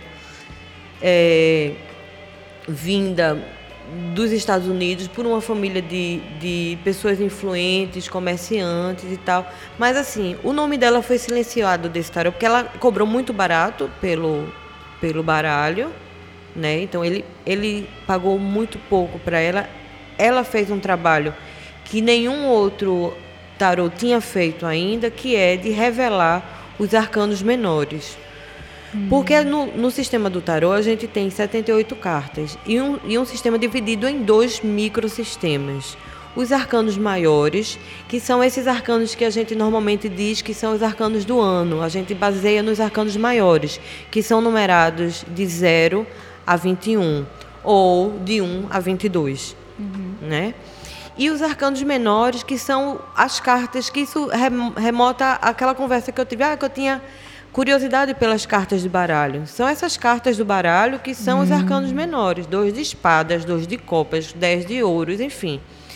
é, vinda dos Estados Unidos por uma família de, de pessoas influentes, comerciantes e tal. Mas, assim, o nome dela foi silenciado desse tarô, porque ela cobrou muito barato pelo, pelo baralho, né? Então, ele, ele pagou muito pouco para ela. Ela fez um trabalho que nenhum outro tarô tinha feito ainda, que é de revelar os arcanos menores. Porque no, no sistema do tarô a gente tem setenta e oito cartas e um, e um sistema dividido em dois microsistemas. Os arcanos maiores, que são esses arcanos que a gente normalmente diz que são os arcanos do ano. A gente baseia nos arcanos maiores, que são numerados de zero a vinte e um ou de um a vinte e dois. Uhum. Né? E os arcanos menores, que são as cartas, que isso remota àquela conversa que eu tive, ah, que eu tinha curiosidade pelas cartas de baralho. São essas cartas do baralho que são hum. os arcanos menores. Dois de espadas, dois de copas, dez de ouros, enfim.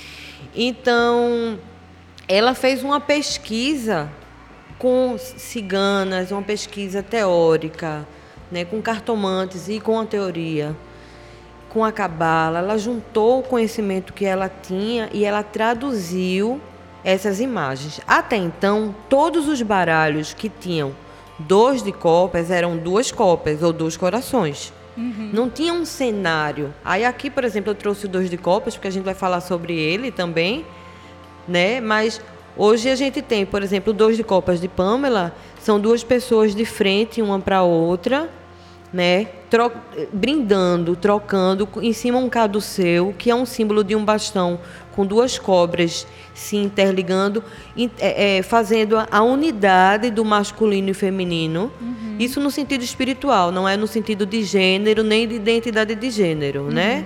Então, ela fez uma pesquisa com ciganas, uma pesquisa teórica, né, com cartomantes e com a teoria, com a cabala. Ela juntou o conhecimento que ela tinha e ela traduziu essas imagens. Até então, todos os baralhos que tinham dois de copas eram duas copas ou dois corações. Uhum. Não tinha um cenário. Aí aqui, por exemplo, eu trouxe o dois de copas, porque a gente vai falar sobre ele também, né? Mas hoje a gente tem, por exemplo, o dois de copas de Pamela, são duas pessoas de frente, uma para a outra, né? Tro- brindando, trocando, em cima um caduceu, que é um símbolo de um bastão com duas cobras se interligando, é, é, fazendo a, a unidade do masculino e feminino. Uhum. Isso no sentido espiritual, não é no sentido de gênero, nem de identidade de gênero, uhum. né?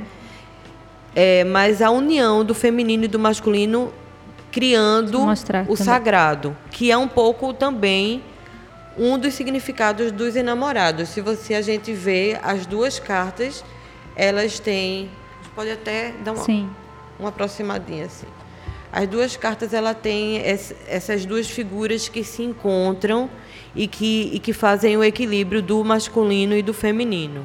É, mas a união do feminino e do masculino criando o também. Sagrado, que é um pouco também um dos significados dos enamorados. Se você a gente vê as duas cartas, elas têm, a gente pode até dar uma, Sim. uma aproximadinha assim. As duas cartas, ela tem esse, essas duas figuras que se encontram e que, e que fazem o equilíbrio do masculino e do feminino.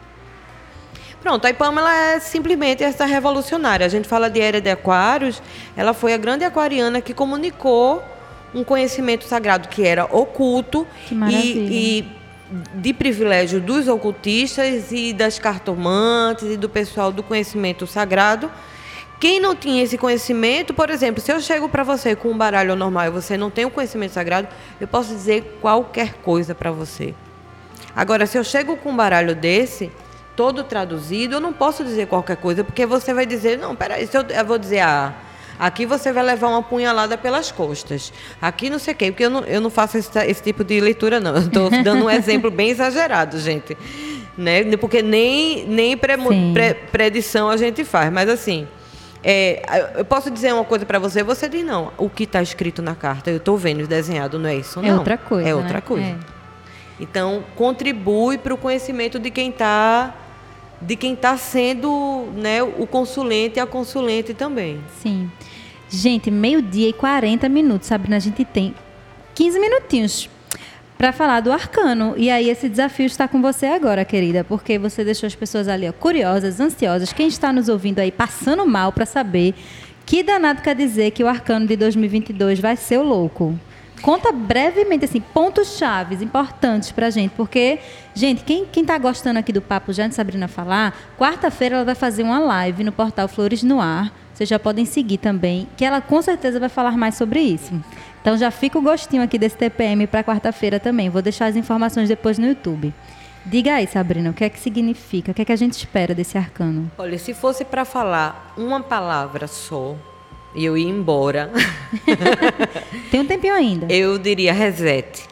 Pronto, a Pamela é simplesmente essa revolucionária. A gente fala de Era de Aquários, ela foi a grande aquariana que comunicou um conhecimento sagrado que era oculto e, e de privilégio dos ocultistas e das cartomantes e do pessoal do conhecimento sagrado. Quem não tinha esse conhecimento, por exemplo, se eu chego para você com um baralho normal e você não tem o conhecimento sagrado, eu posso dizer qualquer coisa para você. Agora, se eu chego com um baralho desse, todo traduzido, eu não posso dizer qualquer coisa, porque você vai dizer, não, peraí, se eu, eu vou dizer, ah, aqui você vai levar uma punhalada pelas costas, aqui não sei o quê, porque eu não, eu não faço esse, esse tipo de leitura, não. Eu estou dando um exemplo bem exagerado, gente. Né? Porque nem, nem pre, pre, predição a gente faz, mas assim... É, eu posso dizer uma coisa para você, você diz não. O que está escrito na carta, eu estou vendo desenhado, não é isso, não. É outra coisa. É outra né? coisa. É. Então, contribui para o conhecimento de quem está de quem tá sendo, né, o consulente e a consulente também. Sim. Gente, meio-dia e quarenta minutos, Sabrina, a gente tem quinze minutinhos para falar do arcano. E aí esse desafio está com você agora, querida, porque você deixou as pessoas ali ó, curiosas, ansiosas. Quem está nos ouvindo aí passando mal para saber que danado quer dizer que o arcano de dois mil e vinte e dois vai ser o louco. Conta brevemente, assim, pontos chaves importantes pra gente, porque, gente, quem, quem tá gostando aqui do papo já de Sabrina falar, quarta-feira ela vai fazer uma live no portal Flores no Ar, vocês já podem seguir também, que ela com certeza vai falar mais sobre isso. Então já fica o gostinho aqui desse T P M para quarta-feira também. Vou deixar as informações depois no YouTube. Diga aí, Sabrina, o que é que significa? O que é que a gente espera desse arcano? Olha, se fosse para falar uma palavra só e eu ir embora... Tem um tempinho ainda. Eu diria reset.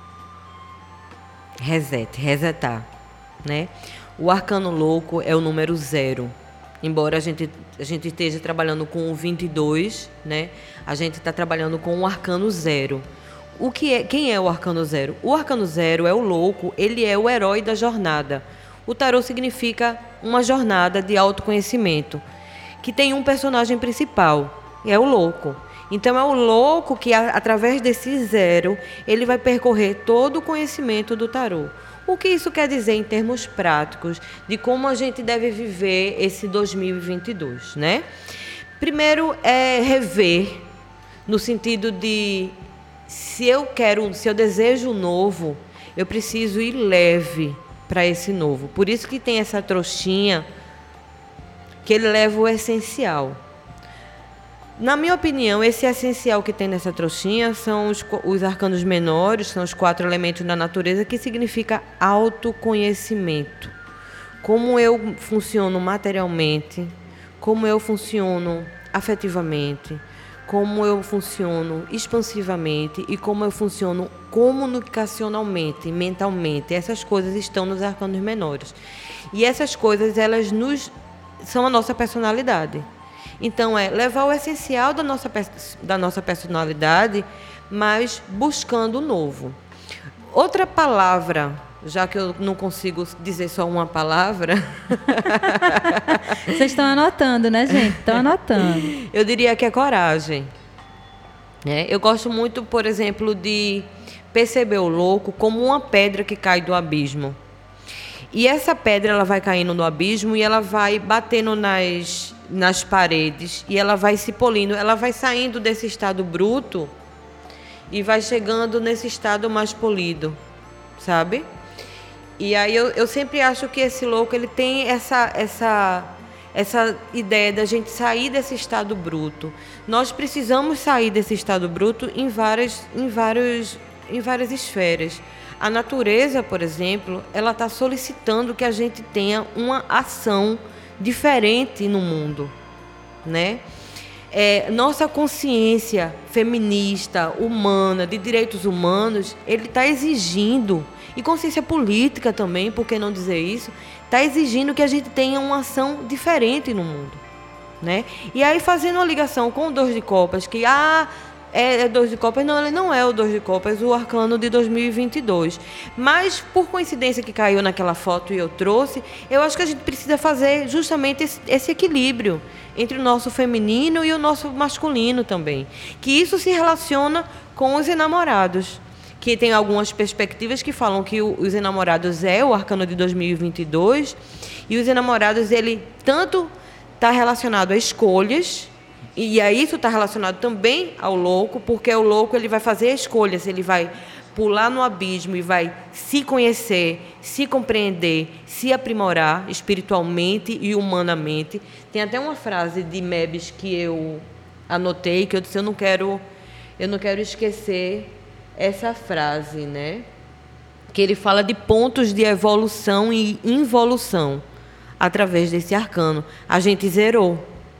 Reset, resetar, né? O arcano louco é o número zero. Embora a gente, a gente esteja trabalhando com o vinte e dois, né? A gente está trabalhando com o arcano zero. O que é, quem é o arcano zero? O arcano zero é o louco, ele é o herói da jornada. O tarô significa uma jornada de autoconhecimento, que tem um personagem principal, e é o louco. Então é o louco que, através desse zero, ele vai percorrer todo o conhecimento do tarô. O que isso quer dizer em termos práticos de como a gente deve viver esse dois mil e vinte e dois, né? Primeiro é rever, no sentido de, se eu quero, se eu desejo o novo, eu preciso ir leve para esse novo. Por isso que tem essa trouxinha, que ele leva o essencial. Na minha opinião, esse essencial que tem nessa trouxinha são os, os arcanos menores, são os quatro elementos da natureza, que significa autoconhecimento. Como eu funciono materialmente, como eu funciono afetivamente, como eu funciono expansivamente e como eu funciono comunicacionalmente, mentalmente. Essas coisas estão nos arcanos menores. E essas coisas, elas nos, são a nossa personalidade. Então, é levar o essencial da nossa, da nossa personalidade, mas buscando o novo. Outra palavra, já que eu não consigo dizer só uma palavra... Vocês estão anotando, né, gente? Estão anotando. Eu diria que é coragem. É, eu gosto muito, por exemplo, de perceber o louco como uma pedra que cai do abismo. E essa pedra, ela vai caindo no abismo e ela vai batendo nas, nas paredes e ela vai se polindo, ela vai saindo desse estado bruto e vai chegando nesse estado mais polido, sabe? E aí eu, eu sempre acho que esse louco, ele tem essa, essa, essa ideia da gente sair desse estado bruto. Nós precisamos sair desse estado bruto em várias, em vários, em várias esferas. A natureza, por exemplo, ela está solicitando que a gente tenha uma ação diferente no mundo, né? É, nossa consciência feminista, humana, de direitos humanos, ele está exigindo, e consciência política também, por que não dizer isso, está exigindo que a gente tenha uma ação diferente no mundo, né? E aí, fazendo uma ligação com o dois de copas, que... ah, É, é dois de copas, não, ele não é o dois de copas, o arcano de dois mil e vinte e dois. Mas, por coincidência que caiu naquela foto e eu trouxe, eu acho que a gente precisa fazer justamente esse, esse equilíbrio entre o nosso feminino e o nosso masculino também. Que isso se relaciona com os enamorados. Que tem algumas perspectivas que falam que o, os enamorados é o arcano de dois mil e vinte e dois, e os enamorados, ele tanto está relacionado a escolhas, e aí isso está relacionado também ao louco, porque o louco, ele vai fazer escolhas, ele vai pular no abismo e vai se conhecer, se compreender, se aprimorar espiritualmente e humanamente. Tem até uma frase de Mebes que eu anotei, que eu disse, eu não quero, eu não quero esquecer essa frase, né? Que ele fala de pontos de evolução e involução através desse arcano. A gente zerou.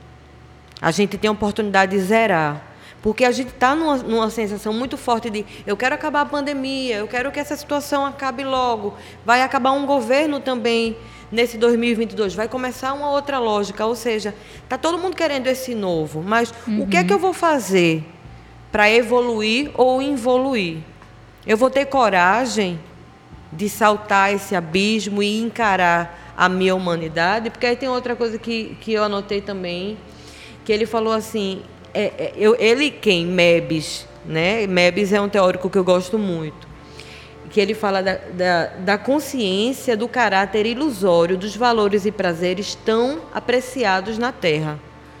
A gente tem a oportunidade de zerar, porque a gente está numa, numa sensação muito forte de eu quero acabar a pandemia, eu quero que essa situação acabe logo, vai acabar um governo também nesse dois mil e vinte e dois, vai começar uma outra lógica, ou seja, está todo mundo querendo esse novo, mas uhum. o que é que eu vou fazer para evoluir ou involuir? Eu vou ter coragem de saltar esse abismo e encarar a minha humanidade? Porque aí tem outra coisa que, que eu anotei também, que ele falou assim, é, é, eu, ele quem? Mebes, né? Mebes é um teórico que eu gosto muito, que ele fala da, da, da consciência do caráter ilusório dos valores e prazeres tão apreciados na Terra.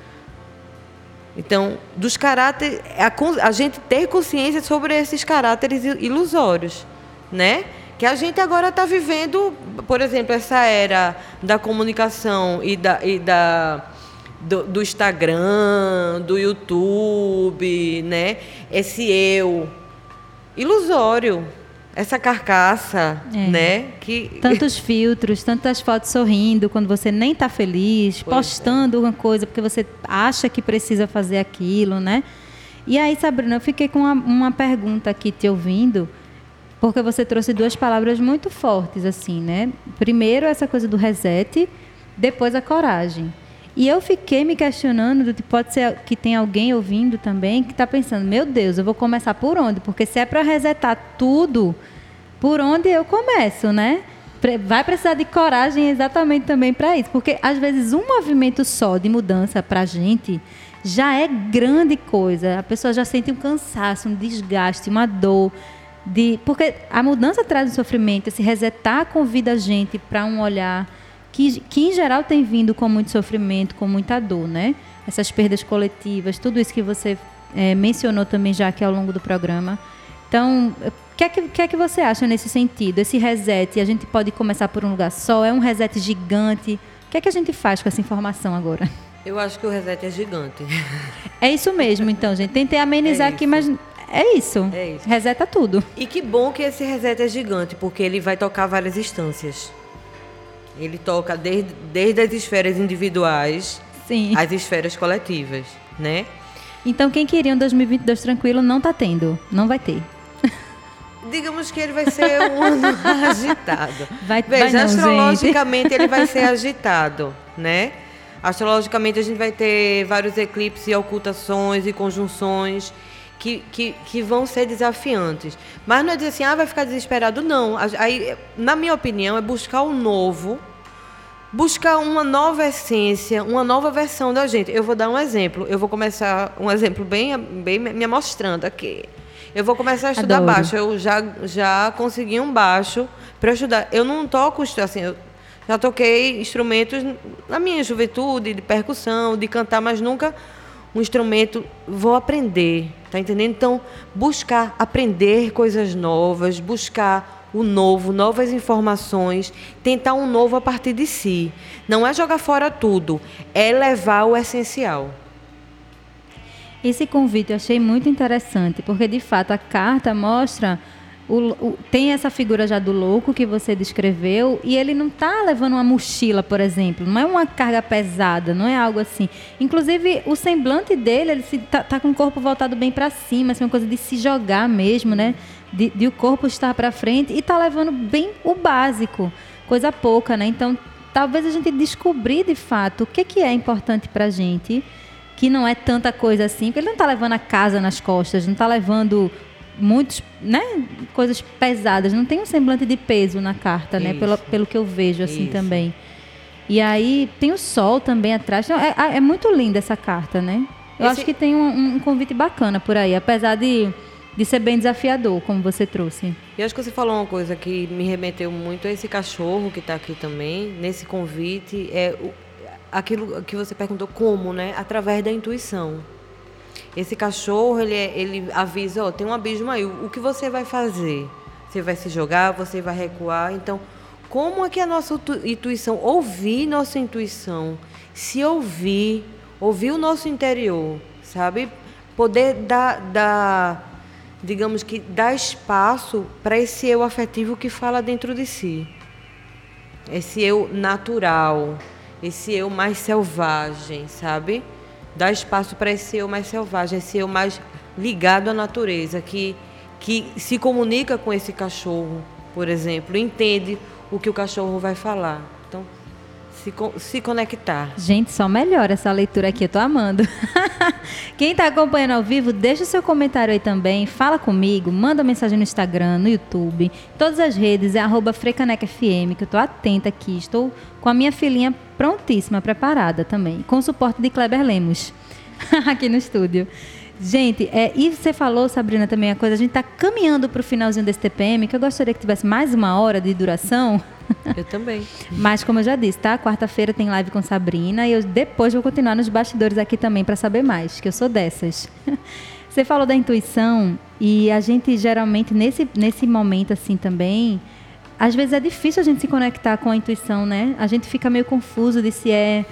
Então, dos caráteres, a, a gente ter consciência sobre esses caráteres ilusórios, né? Que a gente agora está vivendo, por exemplo, essa era da comunicação e da... E da do, do Instagram, do YouTube, né? Esse eu ilusório, essa carcaça, é. né? Que... Tantos filtros, tantas fotos sorrindo quando você nem está feliz, pois postando é. alguma coisa porque você acha que precisa fazer aquilo, né? E aí, Sabrina, eu fiquei com uma, uma pergunta aqui te ouvindo, porque você trouxe duas palavras muito fortes, assim, né? Primeiro, essa coisa do reset, depois a coragem. E eu fiquei me questionando, pode ser que tem alguém ouvindo também que está pensando, meu Deus, eu vou começar por onde? Porque se é para resetar tudo, por onde eu começo, né? Vai precisar de coragem exatamente também para isso. Porque, às vezes, um movimento só de mudança para a gente já é grande coisa. A pessoa já sente um cansaço, um desgaste, uma dor. De... Porque a mudança traz um sofrimento. Esse resetar convida a gente para um olhar que, que, em geral, tem vindo com muito sofrimento, com muita dor, né? Essas perdas coletivas, tudo isso que você é, mencionou também já aqui ao longo do programa. Então, o que, é que, que é que você acha nesse sentido? Esse reset, a gente pode começar por um lugar só? É um reset gigante? O que é que a gente faz com essa informação agora? Eu acho que o reset é gigante. É isso mesmo, então, gente. Tentei amenizar é aqui, mas é isso. É isso. Reseta tudo. E que bom que esse reset é gigante, porque ele vai tocar várias instâncias. Ele toca desde, desde as esferas individuais Sim. às esferas coletivas, né? Então, quem queria um dois mil e vinte e dois tranquilo não está tendo. Não vai ter. Digamos que ele vai ser um ano agitado. Vai, Veja, vai não, astrologicamente gente. ele vai ser agitado, né? Astrologicamente a gente vai ter vários eclipses e ocultações e conjunções que, que, que vão ser desafiantes. Mas não é dizer assim, ah, vai ficar desesperado. Não. Aí, na minha opinião, é buscar o novo, buscar uma nova essência, uma nova versão da gente. Eu vou dar um exemplo. Eu vou começar um exemplo bem, bem me amostrando aqui. Eu vou começar a estudar Adoro. baixo. Eu já, já consegui um baixo para estudar. Eu não toco, assim, eu já toquei instrumentos na minha juventude, de percussão, de cantar, mas nunca um instrumento. Vou aprender, tá entendendo? Então, buscar aprender coisas novas, buscar o novo, novas informações, tentar um novo a partir de si. Não é jogar fora tudo, é levar o essencial. Esse convite eu achei muito interessante, porque, de fato, a carta mostra... O, o, tem essa figura já do louco que você descreveu e ele não está levando uma mochila, por exemplo. Não é uma carga pesada, não é algo assim. Inclusive, o semblante dele, ele está tá com o corpo voltado bem para cima, assim, uma coisa de se jogar mesmo, né? De, de o corpo estar para frente e está levando bem o básico, coisa pouca, né? Então, talvez a gente descobrir, de fato, o que, que é importante para a gente, que não é tanta coisa assim, porque ele não está levando a casa nas costas, não está levando... muitos, né, coisas pesadas, não tem um semblante de peso na carta, né, pelo, pelo que eu vejo assim Isso. também. E aí tem o sol também atrás, então, é, é muito linda essa carta, né? Eu Esse... acho que tem um, um convite bacana por aí, apesar de, de ser bem desafiador, como você trouxe. E acho que você falou uma coisa que me remeteu muito a esse cachorro que está aqui também, nesse convite, é o, aquilo que você perguntou, como, né? Através da intuição. Esse cachorro, ele, ele avisa, ó, tem um abismo aí, o que você vai fazer? Você vai se jogar, você vai recuar? Então, como é que a nossa intuição, ouvir nossa intuição, se ouvir, ouvir o nosso interior, sabe? Poder dar, dar digamos que, dar espaço para esse eu afetivo que fala dentro de si. Esse eu natural, esse eu mais selvagem, sabe? Dá espaço para esse eu mais selvagem, esse eu mais ligado à natureza, que, que se comunica com esse cachorro, por exemplo, entende o que o cachorro vai falar. Então, se, se conectar. Gente, só melhora essa leitura aqui, eu tô amando. Quem está acompanhando ao vivo, deixa o seu comentário aí também, fala comigo, manda mensagem no Instagram, no YouTube, todas as redes, é arroba FreicanecaFM, que eu tô atenta aqui, estou com a minha filhinha prontíssima, preparada também, com o suporte de Kleber Lemos, aqui no estúdio. Gente, é, e você falou, Sabrina, também a coisa, a gente está caminhando para o finalzinho desse T P M, que eu gostaria que tivesse mais uma hora de duração. Eu também. Mas, como eu já disse, tá? Quarta-feira tem live com Sabrina e eu depois vou continuar nos bastidores aqui também para saber mais, que eu sou dessas. Você falou da intuição e a gente geralmente, nesse, nesse momento assim também, às vezes é difícil a gente se conectar com a intuição, né? A gente fica meio confuso de se é...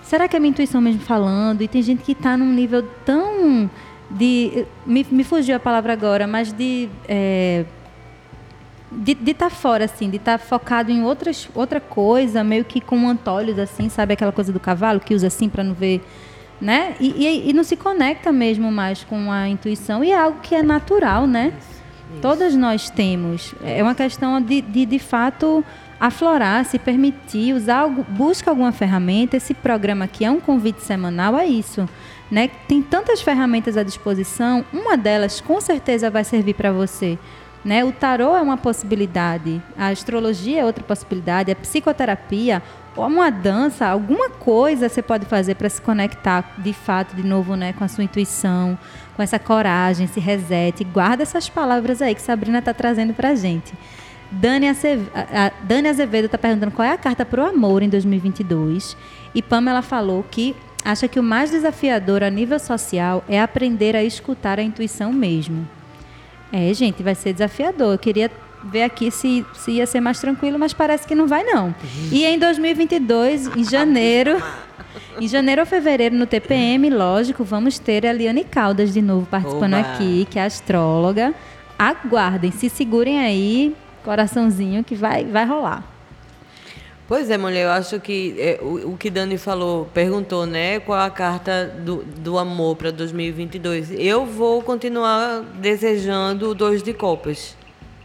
será que é minha intuição mesmo falando? E tem gente que está num nível tão de... Me, me fugiu a palavra agora, mas de... É, de estar tá fora, assim, de estar tá focado em outras, outra coisa, meio que com antolhos, assim, sabe? Aquela coisa do cavalo que usa assim para não ver, né? E, e, e não se conecta mesmo mais com a intuição. E é algo que é natural, né? Isso, isso. Todas nós temos. É uma questão de, de, de fato, aflorar, se permitir, usar algo, busca alguma ferramenta. Esse programa aqui é um convite semanal, é isso, né? Tem tantas ferramentas à disposição, uma delas com certeza vai servir para você. Né? O tarô é uma possibilidade, a astrologia é outra possibilidade, a psicoterapia, ou uma dança, alguma coisa você pode fazer para se conectar de fato, de novo, né, com a sua intuição, com essa coragem, esse reset. Guarda essas palavras aí que Sabrina está trazendo para a gente. Dani Azevedo, a Dani Azevedo está perguntando qual é a carta para o amor em dois mil e vinte e dois. E Pamela falou que acha que o mais desafiador a nível social é aprender a escutar a intuição mesmo. É, gente, vai ser desafiador. Eu queria ver aqui se, se ia ser mais tranquilo, mas parece que não vai, não. E em dois mil e vinte e dois, em janeiro, em janeiro ou fevereiro, no T P M, lógico, vamos ter a Liane Caldas de novo participando Oba. aqui, que é astróloga. Aguardem, se segurem aí, coraçãozinho, que vai, vai rolar. Pois é, mulher, eu acho que é, o, o que Dani falou, perguntou, né, qual a carta do, do amor para dois mil e vinte e dois. Eu vou continuar desejando o dois de copas.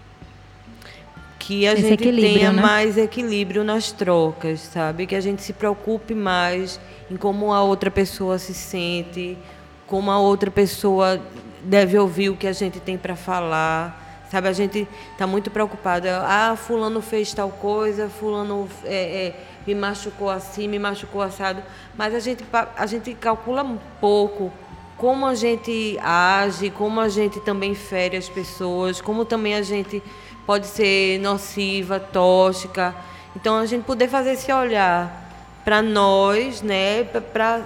Que a Esse gente tenha né? mais equilíbrio nas trocas, sabe? Que a gente se preocupe mais em como a outra pessoa se sente, como a outra pessoa deve ouvir o que a gente tem para falar. Sabe, a gente está muito preocupada. Ah, fulano fez tal coisa, fulano é, é, me machucou assim, me machucou assado. Mas a gente, a gente calcula um pouco como a gente age, como a gente também fere as pessoas, como também a gente pode ser nociva, tóxica. Então, a gente poder fazer esse olhar para nós, né, para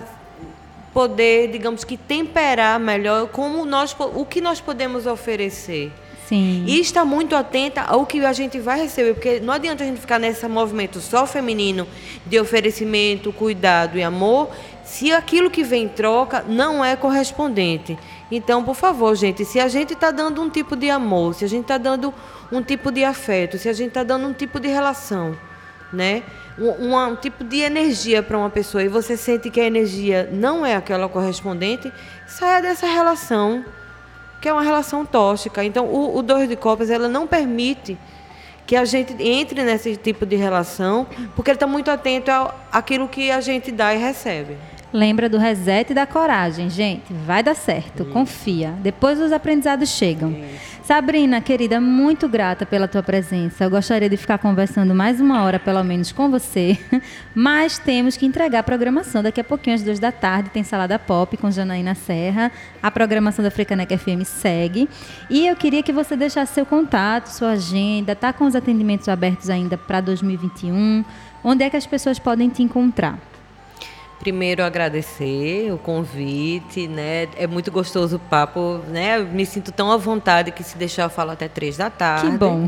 poder, digamos que, temperar melhor como nós, o que nós podemos oferecer. Sim. E estar muito atenta ao que a gente vai receber, porque não adianta a gente ficar nesse movimento só feminino de oferecimento, cuidado e amor, se aquilo que vem em troca não é correspondente. Então, por favor, gente, se a gente está dando um tipo de amor, se a gente está dando um tipo de afeto, se a gente está dando um tipo de relação, né, um, um tipo de energia para uma pessoa e você sente que a energia não é aquela correspondente, saia dessa relação, que é uma relação tóxica. Então, o, o dois de copas, ela não permite que a gente entre nesse tipo de relação, porque ele está muito atento ao, àquilo que a gente dá e recebe. Lembra do reset e da coragem, gente. Vai dar certo, Isso. confia. Depois os aprendizados chegam. Isso. Sabrina, querida, muito grata pela tua presença. Eu gostaria de ficar conversando mais uma hora, pelo menos, com você. Mas temos que entregar a programação. Daqui a pouquinho, às duas da tarde, tem Salada Pop com Janaína Serra. A programação da Frecaneca F M segue. E eu queria que você deixasse seu contato, sua agenda. Tá com os atendimentos abertos ainda para dois mil e vinte e um. Onde é que as pessoas podem te encontrar? Primeiro, agradecer o convite, né? É muito gostoso o papo, né? Eu me sinto tão à vontade que se deixar eu falo até três da tarde. Que bom.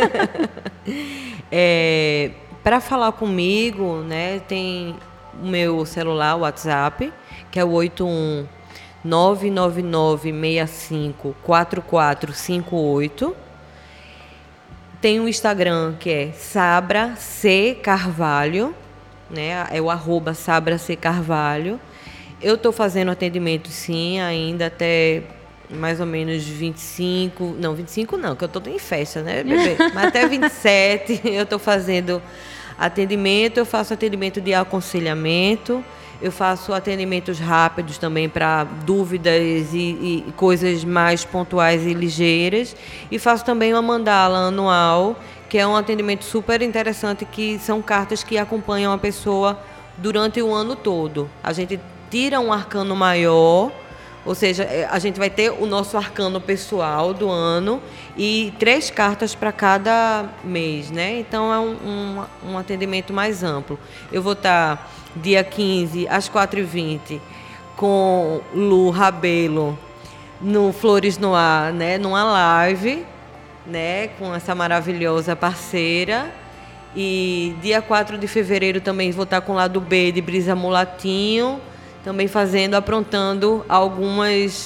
é, para falar comigo, né? Tem o meu celular, o WhatsApp, que é o oito um nove nove nove seis cinco quatro quatro cinco oito. Tem o Instagram, que é Sabra C Carvalho. Né, é o arroba Sabra C Carvalho. Eu estou fazendo atendimento, sim, ainda até mais ou menos vinte e cinco... Não, vinte e cinco não, que eu estou em festa, né, bebê? Mas até vinte e sete eu estou fazendo atendimento. Eu faço atendimento de aconselhamento. Eu faço atendimentos rápidos também para dúvidas e, e coisas mais pontuais e ligeiras. E faço também uma mandala anual, que é um atendimento super interessante, que são cartas que acompanham a pessoa durante o ano todo. A gente tira um arcano maior, ou seja, a gente vai ter o nosso arcano pessoal do ano e três cartas para cada mês, né? Então é um, um, um atendimento mais amplo. Eu vou estar dia quinze, às quatro e vinte, com Lu Rabelo no Flores no Ar, né? Numa live, né, com essa maravilhosa parceira. E dia quatro de fevereiro também vou estar com o lado B de Brisa Mulatinho, também fazendo, aprontando algumas,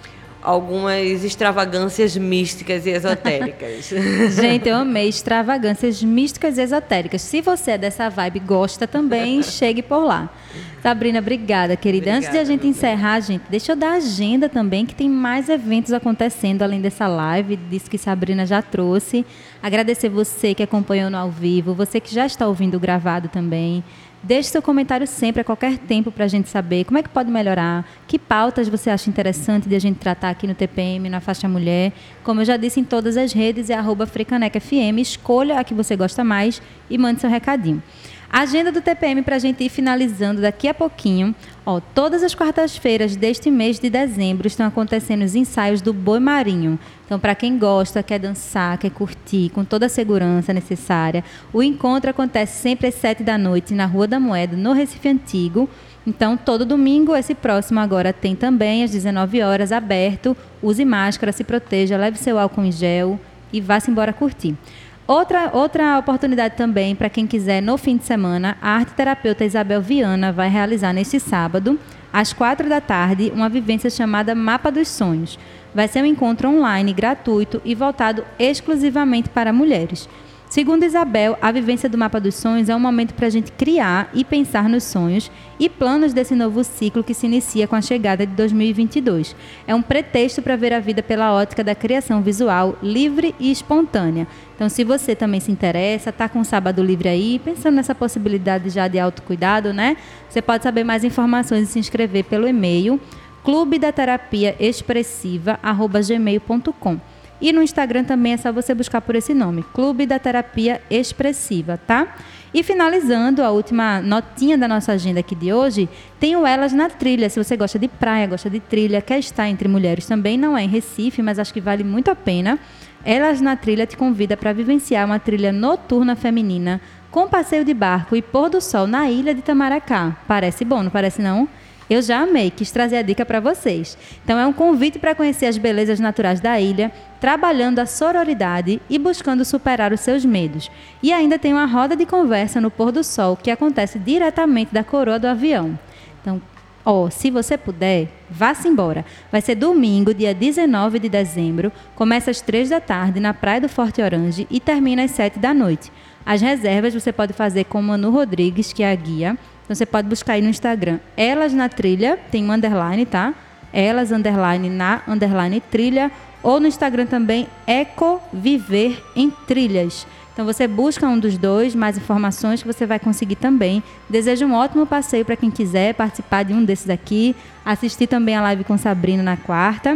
algumas extravagâncias místicas e esotéricas. Gente, eu amei extravagâncias místicas e esotéricas. Se você é dessa vibe, gosta também, chegue por lá. Sabrina, obrigada, querida. Obrigada, Antes de a gente encerrar, gente, deixa eu dar a agenda também, que tem mais eventos acontecendo além dessa live, disse que Sabrina já trouxe. Agradecer você que acompanhou no ao vivo, você que já está ouvindo o gravado também. Deixe seu comentário sempre, a qualquer tempo, para a gente saber como é que pode melhorar, que pautas você acha interessante de a gente tratar aqui no T P M, na Faixa Mulher. Como eu já disse em todas as redes, é arroba Frecaneca F M, escolha a que você gosta mais e mande seu recadinho. A agenda do T P M para a gente ir finalizando daqui a pouquinho. Ó, todas as quartas-feiras deste mês de dezembro estão acontecendo os ensaios do Boi Marinho. Então, para quem gosta, quer dançar, quer curtir, com toda a segurança necessária, o encontro acontece sempre às sete da noite na Rua da Moeda, no Recife Antigo. Então, todo domingo, esse próximo agora tem também às dezenove horas, aberto. Use máscara, se proteja, leve seu álcool em gel e vá-se embora curtir. Outra, outra oportunidade também, para quem quiser, no fim de semana, a arteterapeuta Isabel Viana vai realizar neste sábado, às quatro da tarde, uma vivência chamada Mapa dos Sonhos. Vai ser um encontro online, gratuito e voltado exclusivamente para mulheres. Segundo Isabel, a vivência do Mapa dos Sonhos é um momento para a gente criar e pensar nos sonhos e planos desse novo ciclo que se inicia com a chegada de dois mil e vinte e dois. É um pretexto para ver a vida pela ótica da criação visual livre e espontânea. Então, se você também se interessa, está com o sábado livre aí, pensando nessa possibilidade já de autocuidado, né? Você pode saber mais informações e se inscrever pelo e-mail clube da terapia expressiva arroba gmail ponto com. E no Instagram também é só você buscar por esse nome, Clube da Terapia Expressiva, tá? E finalizando, a última notinha da nossa agenda aqui de hoje, tem o Elas na Trilha. Se você gosta de praia, gosta de trilha, quer estar entre mulheres também, não é em Recife, mas acho que vale muito a pena. Elas na Trilha te convida para vivenciar uma trilha noturna feminina com passeio de barco e pôr do sol na ilha de Itamaracá. Parece bom, não parece não? Eu já amei, quis trazer a dica para vocês. Então é um convite para conhecer as belezas naturais da ilha, trabalhando a sororidade e buscando superar os seus medos. E ainda tem uma roda de conversa no pôr do sol que acontece diretamente da coroa do avião. Então, ó, se você puder, vá-se embora. Vai ser domingo, dia dezenove de dezembro, começa às três da tarde na Praia do Forte Orange e termina às sete da noite. As reservas você pode fazer com o Manu Rodrigues, que é a guia. Então, você pode buscar aí no Instagram, Elas na Trilha, tem um underline, tá? Elas, underline, na, underline, trilha. Ou no Instagram também, Eco Viver em Trilhas. Então, você busca um dos dois, mais informações que você vai conseguir também. Desejo um ótimo passeio para quem quiser participar de um desses aqui. Assistir também a live com Sabrina na quarta.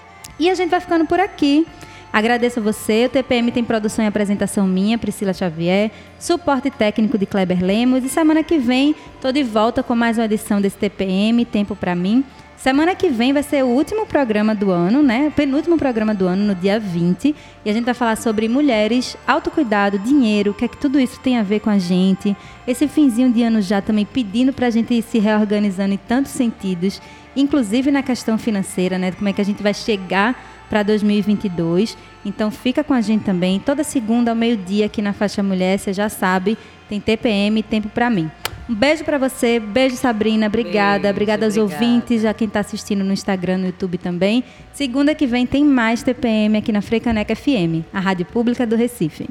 E a gente vai ficando por aqui. Agradeço a você. O T P M tem produção e apresentação minha, Priscila Xavier, suporte técnico de Kleber Lemos. E semana que vem, estou de volta com mais uma edição desse T P M, Tempo Pra Mim. Semana que vem vai ser o último programa do ano, né? O penúltimo programa do ano, no dia vinte. E a gente vai falar sobre mulheres, autocuidado, dinheiro, o que é que tudo isso tem a ver com a gente. Esse finzinho de ano já também pedindo pra gente ir se reorganizando em tantos sentidos, inclusive na questão financeira, né? Como é que a gente vai chegar para dois mil e vinte e dois. Então fica com a gente também. Toda segunda ao meio-dia aqui na Faixa Mulher, você já sabe, tem T P M, Tempo Pra Mim. Um beijo para você, beijo Sabrina, obrigada. Beijo, obrigada aos obrigada. ouvintes, a quem está assistindo no Instagram, no YouTube também. Segunda que vem tem mais T P M aqui na Frecaneca F M, a Rádio Pública do Recife.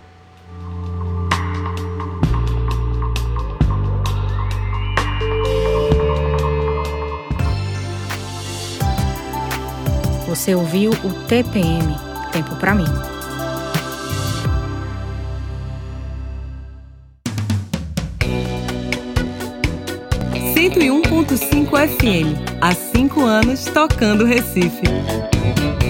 Você ouviu o T P M, Tempo Pra Mim. cento e um ponto cinco F M. Há cinco anos tocando Recife.